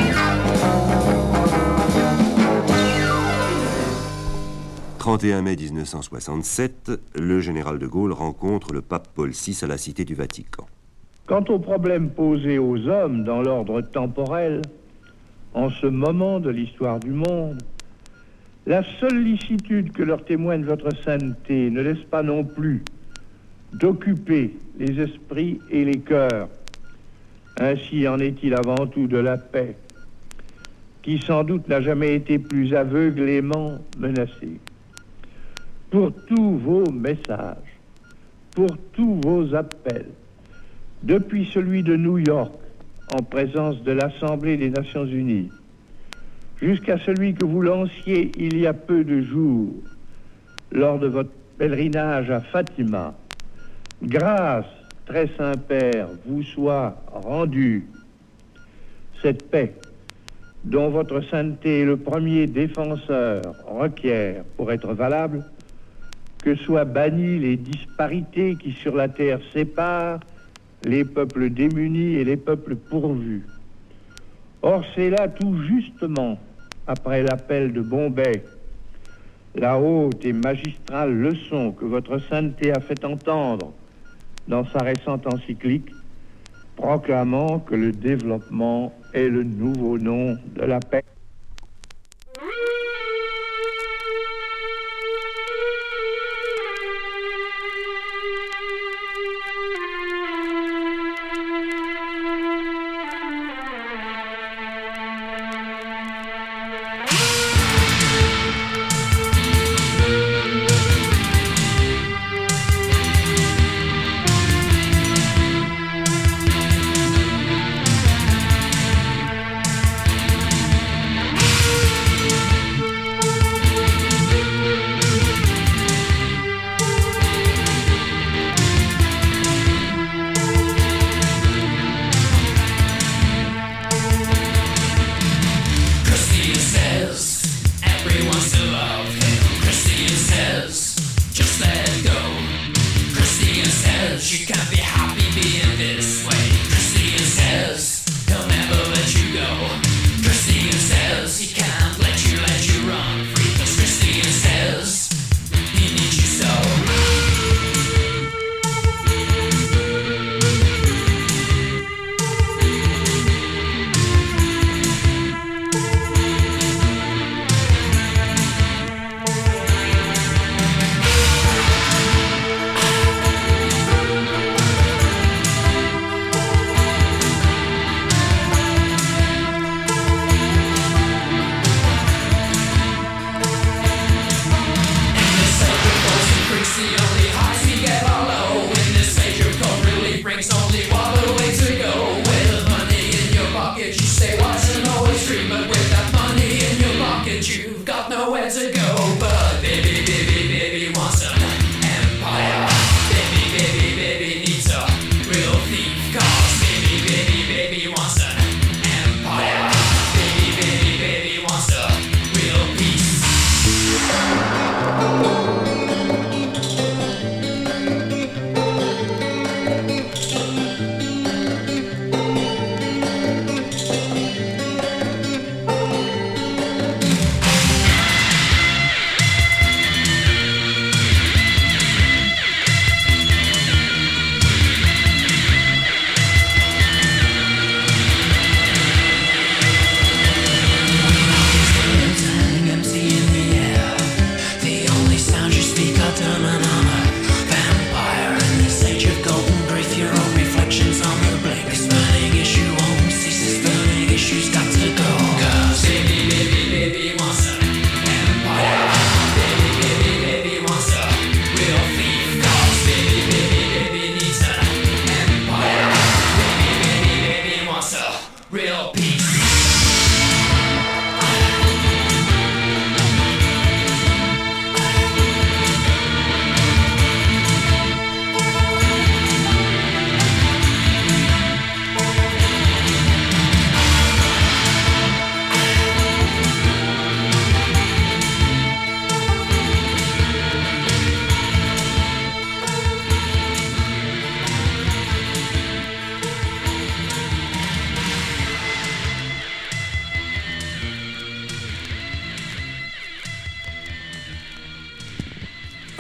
trente et un mai mille mille neuf cent soixante-sept, le général de Gaulle rencontre le pape Paul six à la Cité du Vatican. Quant aux problèmes posés aux hommes dans l'ordre temporel, en ce moment de l'histoire du monde, la sollicitude que leur témoigne votre sainteté ne laisse pas non plus d'occuper les esprits et les cœurs. Ainsi en est-il avant tout de la paix, qui sans doute n'a jamais été plus aveuglément menacée. Pour tous vos messages, pour tous vos appels, depuis celui de New York, en présence de l'Assemblée des Nations Unies, jusqu'à celui que vous lanciez il y a peu de jours, lors de votre pèlerinage à Fatima, grâce, très Saint-Père, vous soit rendue. Cette paix, dont votre sainteté est le premier défenseur, requiert, pour être valable, que soient bannies les disparités qui sur la terre séparent les peuples démunis et les peuples pourvus. Or, c'est là tout justement, après l'appel de Bombay, la haute et magistrale leçon que votre sainteté a fait entendre dans sa récente encyclique, proclamant que le développement est le nouveau nom de la paix.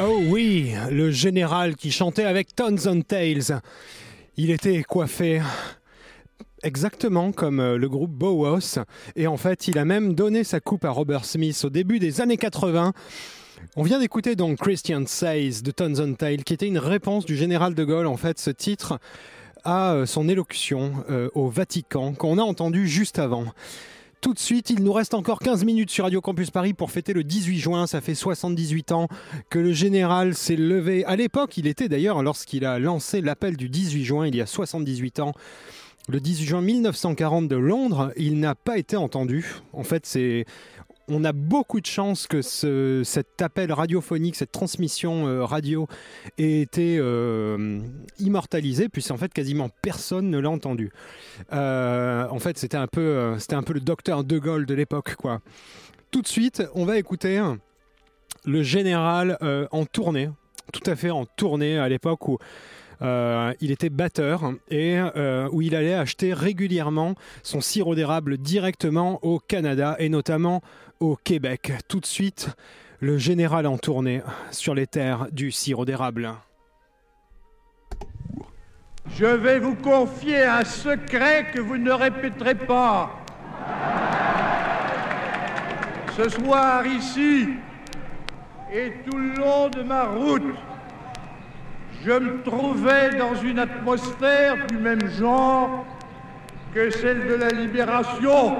Oh oui, le général qui chantait avec Tons on Tails. Il était coiffé exactement comme le groupe Bauhaus. Et en fait, il a même donné sa coupe à Robert Smith au début des années quatre-vingts. On vient d'écouter donc Christian Says de Tons on Tails, qui était une réponse du général de Gaulle. En fait, ce titre a son élocution euh, au Vatican, qu'on a entendu juste avant. Tout de suite, il nous reste encore quinze minutes sur Radio Campus Paris pour fêter le dix-huit juin. Ça fait soixante-dix-huit ans que le général s'est levé. À l'époque, il était d'ailleurs, lorsqu'il a lancé l'appel du dix-huit juin, il y a soixante-dix-huit ans, le dix-huit juin mille neuf cent quarante de Londres, il n'a pas été entendu. En fait, c'est... on a beaucoup de chance que ce, cet appel radiophonique, cette transmission euh, radio ait été euh, immortalisée, puisqu'en fait quasiment personne ne l'a entendu. Euh, en fait, c'était un peu, euh, c'était un peu le docteur de Gaulle de l'époque, quoi. Tout de suite, on va écouter le général euh, en tournée, tout à fait en tournée à l'époque où Euh, il était batteur et euh, où il allait acheter régulièrement son sirop d'érable directement au Canada et notamment au Québec. Tout de suite, le général en tournée sur les terres du sirop d'érable. Je vais vous confier un secret que vous ne répéterez pas. Ce soir ici et tout le long de ma route, je me trouvais dans une atmosphère du même genre que celle de la Libération.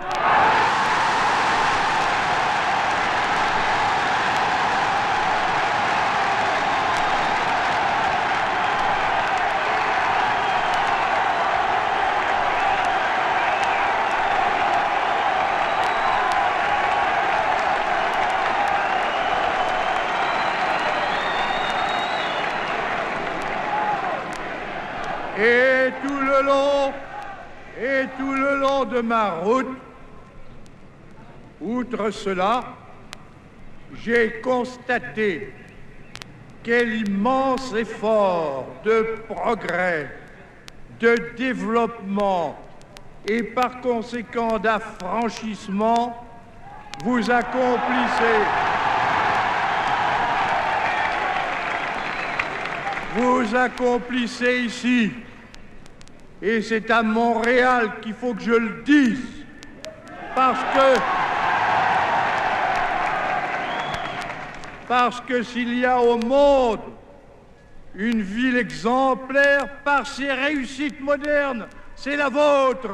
Et tout le long, et tout le long de ma route, outre cela, j'ai constaté quel immense effort de progrès, de développement et par conséquent d'affranchissement vous accomplissez. Vous accomplissez ici. Et c'est à Montréal qu'il faut que je le dise. Parce que... Parce que s'il y a au monde une ville exemplaire par ses réussites modernes, c'est la vôtre.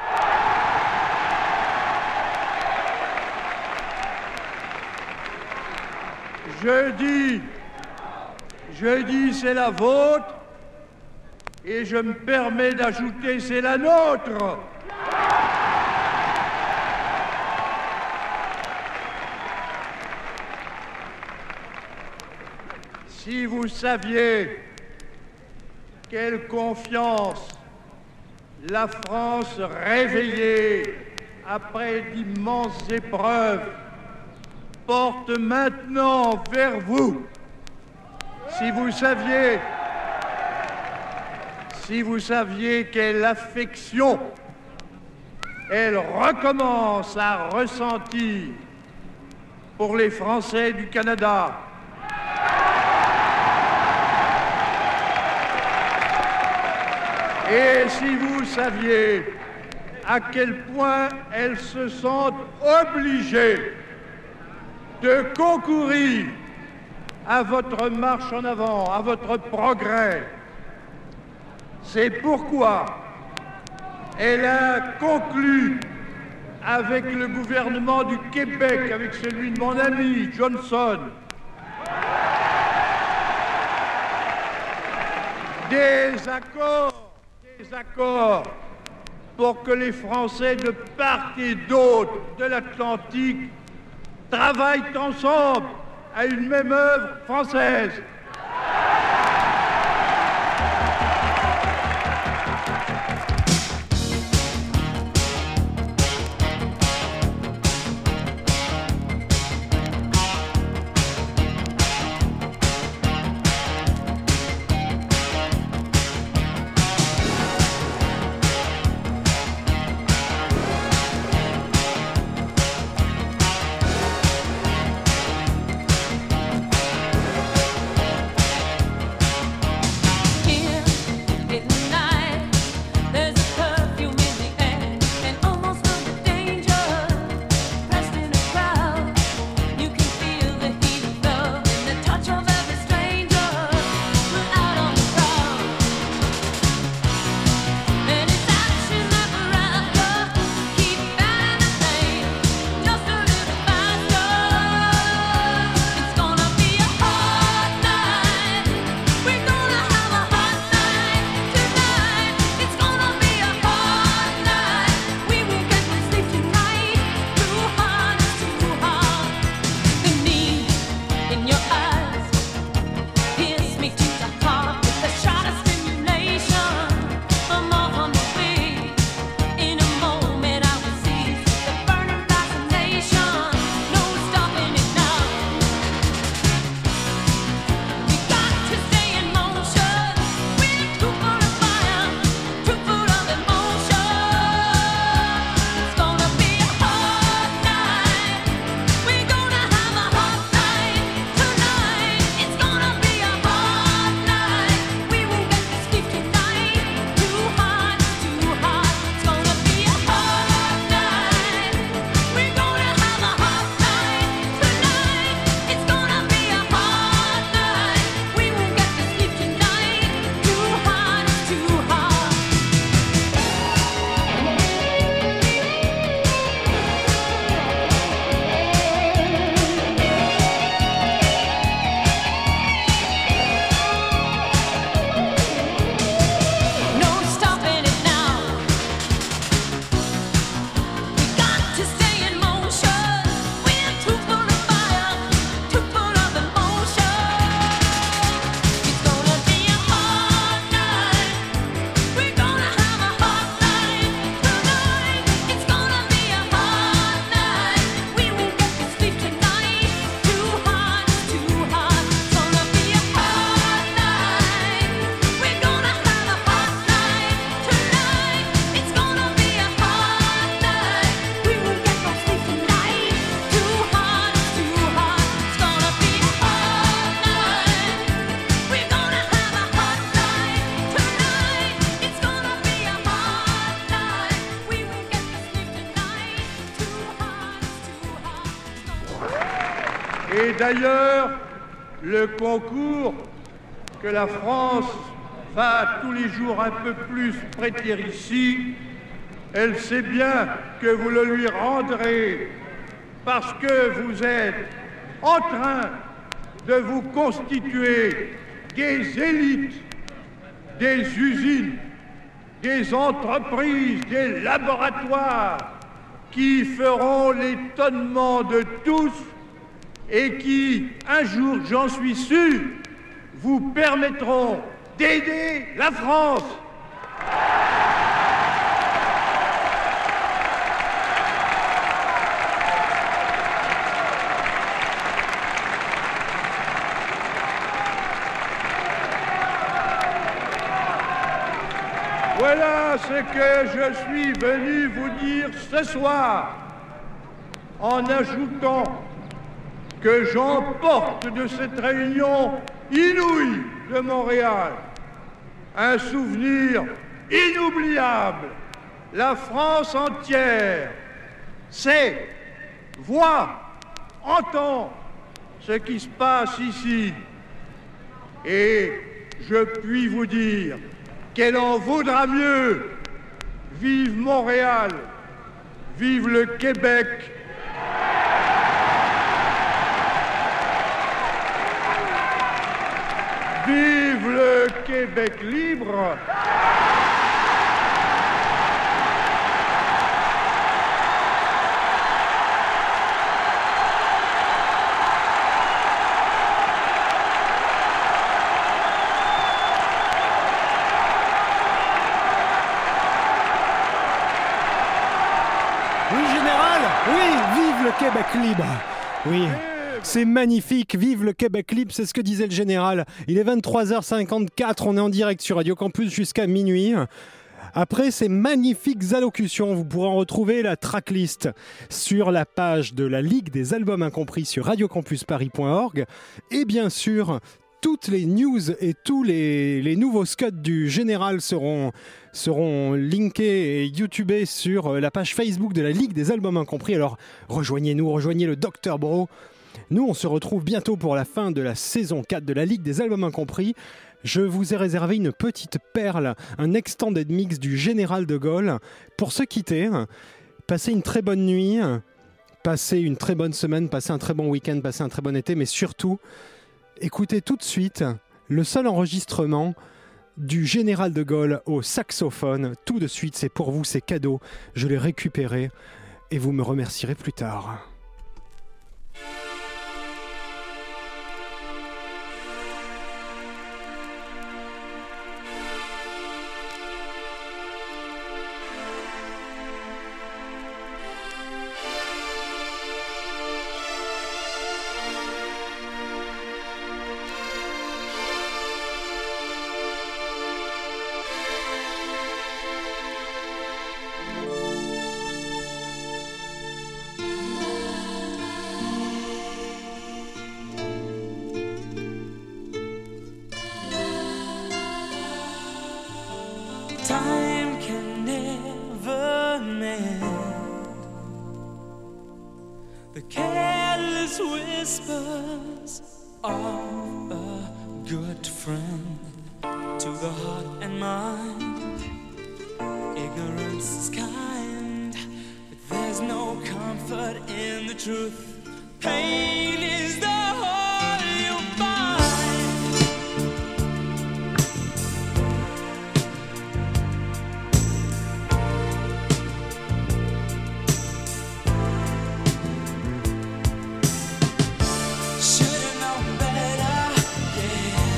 Je dis... Je dis c'est la vôtre et je me permets d'ajouter c'est la nôtre. Si vous saviez quelle confiance la France réveillée après d'immenses épreuves porte maintenant vers vous. Si vous saviez, si vous saviez quelle affection elle recommence à ressentir pour les Français du Canada. Et si vous saviez à quel point elles se sentent obligées de concourir à votre marche en avant, à votre progrès. C'est pourquoi elle a conclu avec le gouvernement du Québec, avec celui de mon ami Johnson, des accords, des accords pour que les Français de part et d'autre de l'Atlantique travaillent ensemble à une même œuvre française. Et d'ailleurs, le concours que la France va tous les jours un peu plus prêter ici, elle sait bien que vous le lui rendrez parce que vous êtes en train de vous constituer des élites, des usines, des entreprises, des laboratoires qui feront l'étonnement de tous et qui, un jour, j'en suis sûr, vous permettront d'aider la France. Voilà ce que je suis venu vous dire ce soir, en ajoutant que j'emporte de cette réunion inouïe de Montréal un souvenir inoubliable. La France entière sait, voit, entend ce qui se passe ici. Et je puis vous dire qu'elle en vaudra mieux. Vive Montréal, vive le Québec. Vive le Québec libre. Oui, général. Oui, vive le Québec libre. Oui. C'est magnifique, vive le Québec libre, c'est ce que disait le général. Il est vingt-trois heures cinquante-quatre, on est en direct sur Radio Campus jusqu'à minuit. Après ces magnifiques allocutions, vous pourrez en retrouver la tracklist sur la page de la Ligue des Albums Incompris sur radio campus paris point org. Et bien sûr, toutes les news et tous les, les nouveaux scuds du général seront, seront linkés et youtubés sur la page Facebook de la Ligue des Albums Incompris. Alors rejoignez-nous, rejoignez le docteur Bro. Nous, on se retrouve bientôt pour la fin de la saison quatre de la Ligue des Albums Incompris. Je vous ai réservé une petite perle, un extended mix du Général de Gaulle. Pour se quitter, passez une très bonne nuit, passez une très bonne semaine, passez un très bon week-end, passez un très bon été, mais surtout, écoutez tout de suite le seul enregistrement du Général de Gaulle au saxophone. Tout de suite, c'est pour vous, c'est cadeau. Je l'ai récupéré et vous me remercierez plus tard. Time can never mend the careless whispers of a good friend to the heart and mind. Ignorance is kind, but there's no comfort in the truth. Pain is the whole you find. Should've known better, yeah.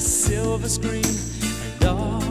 silver screen and all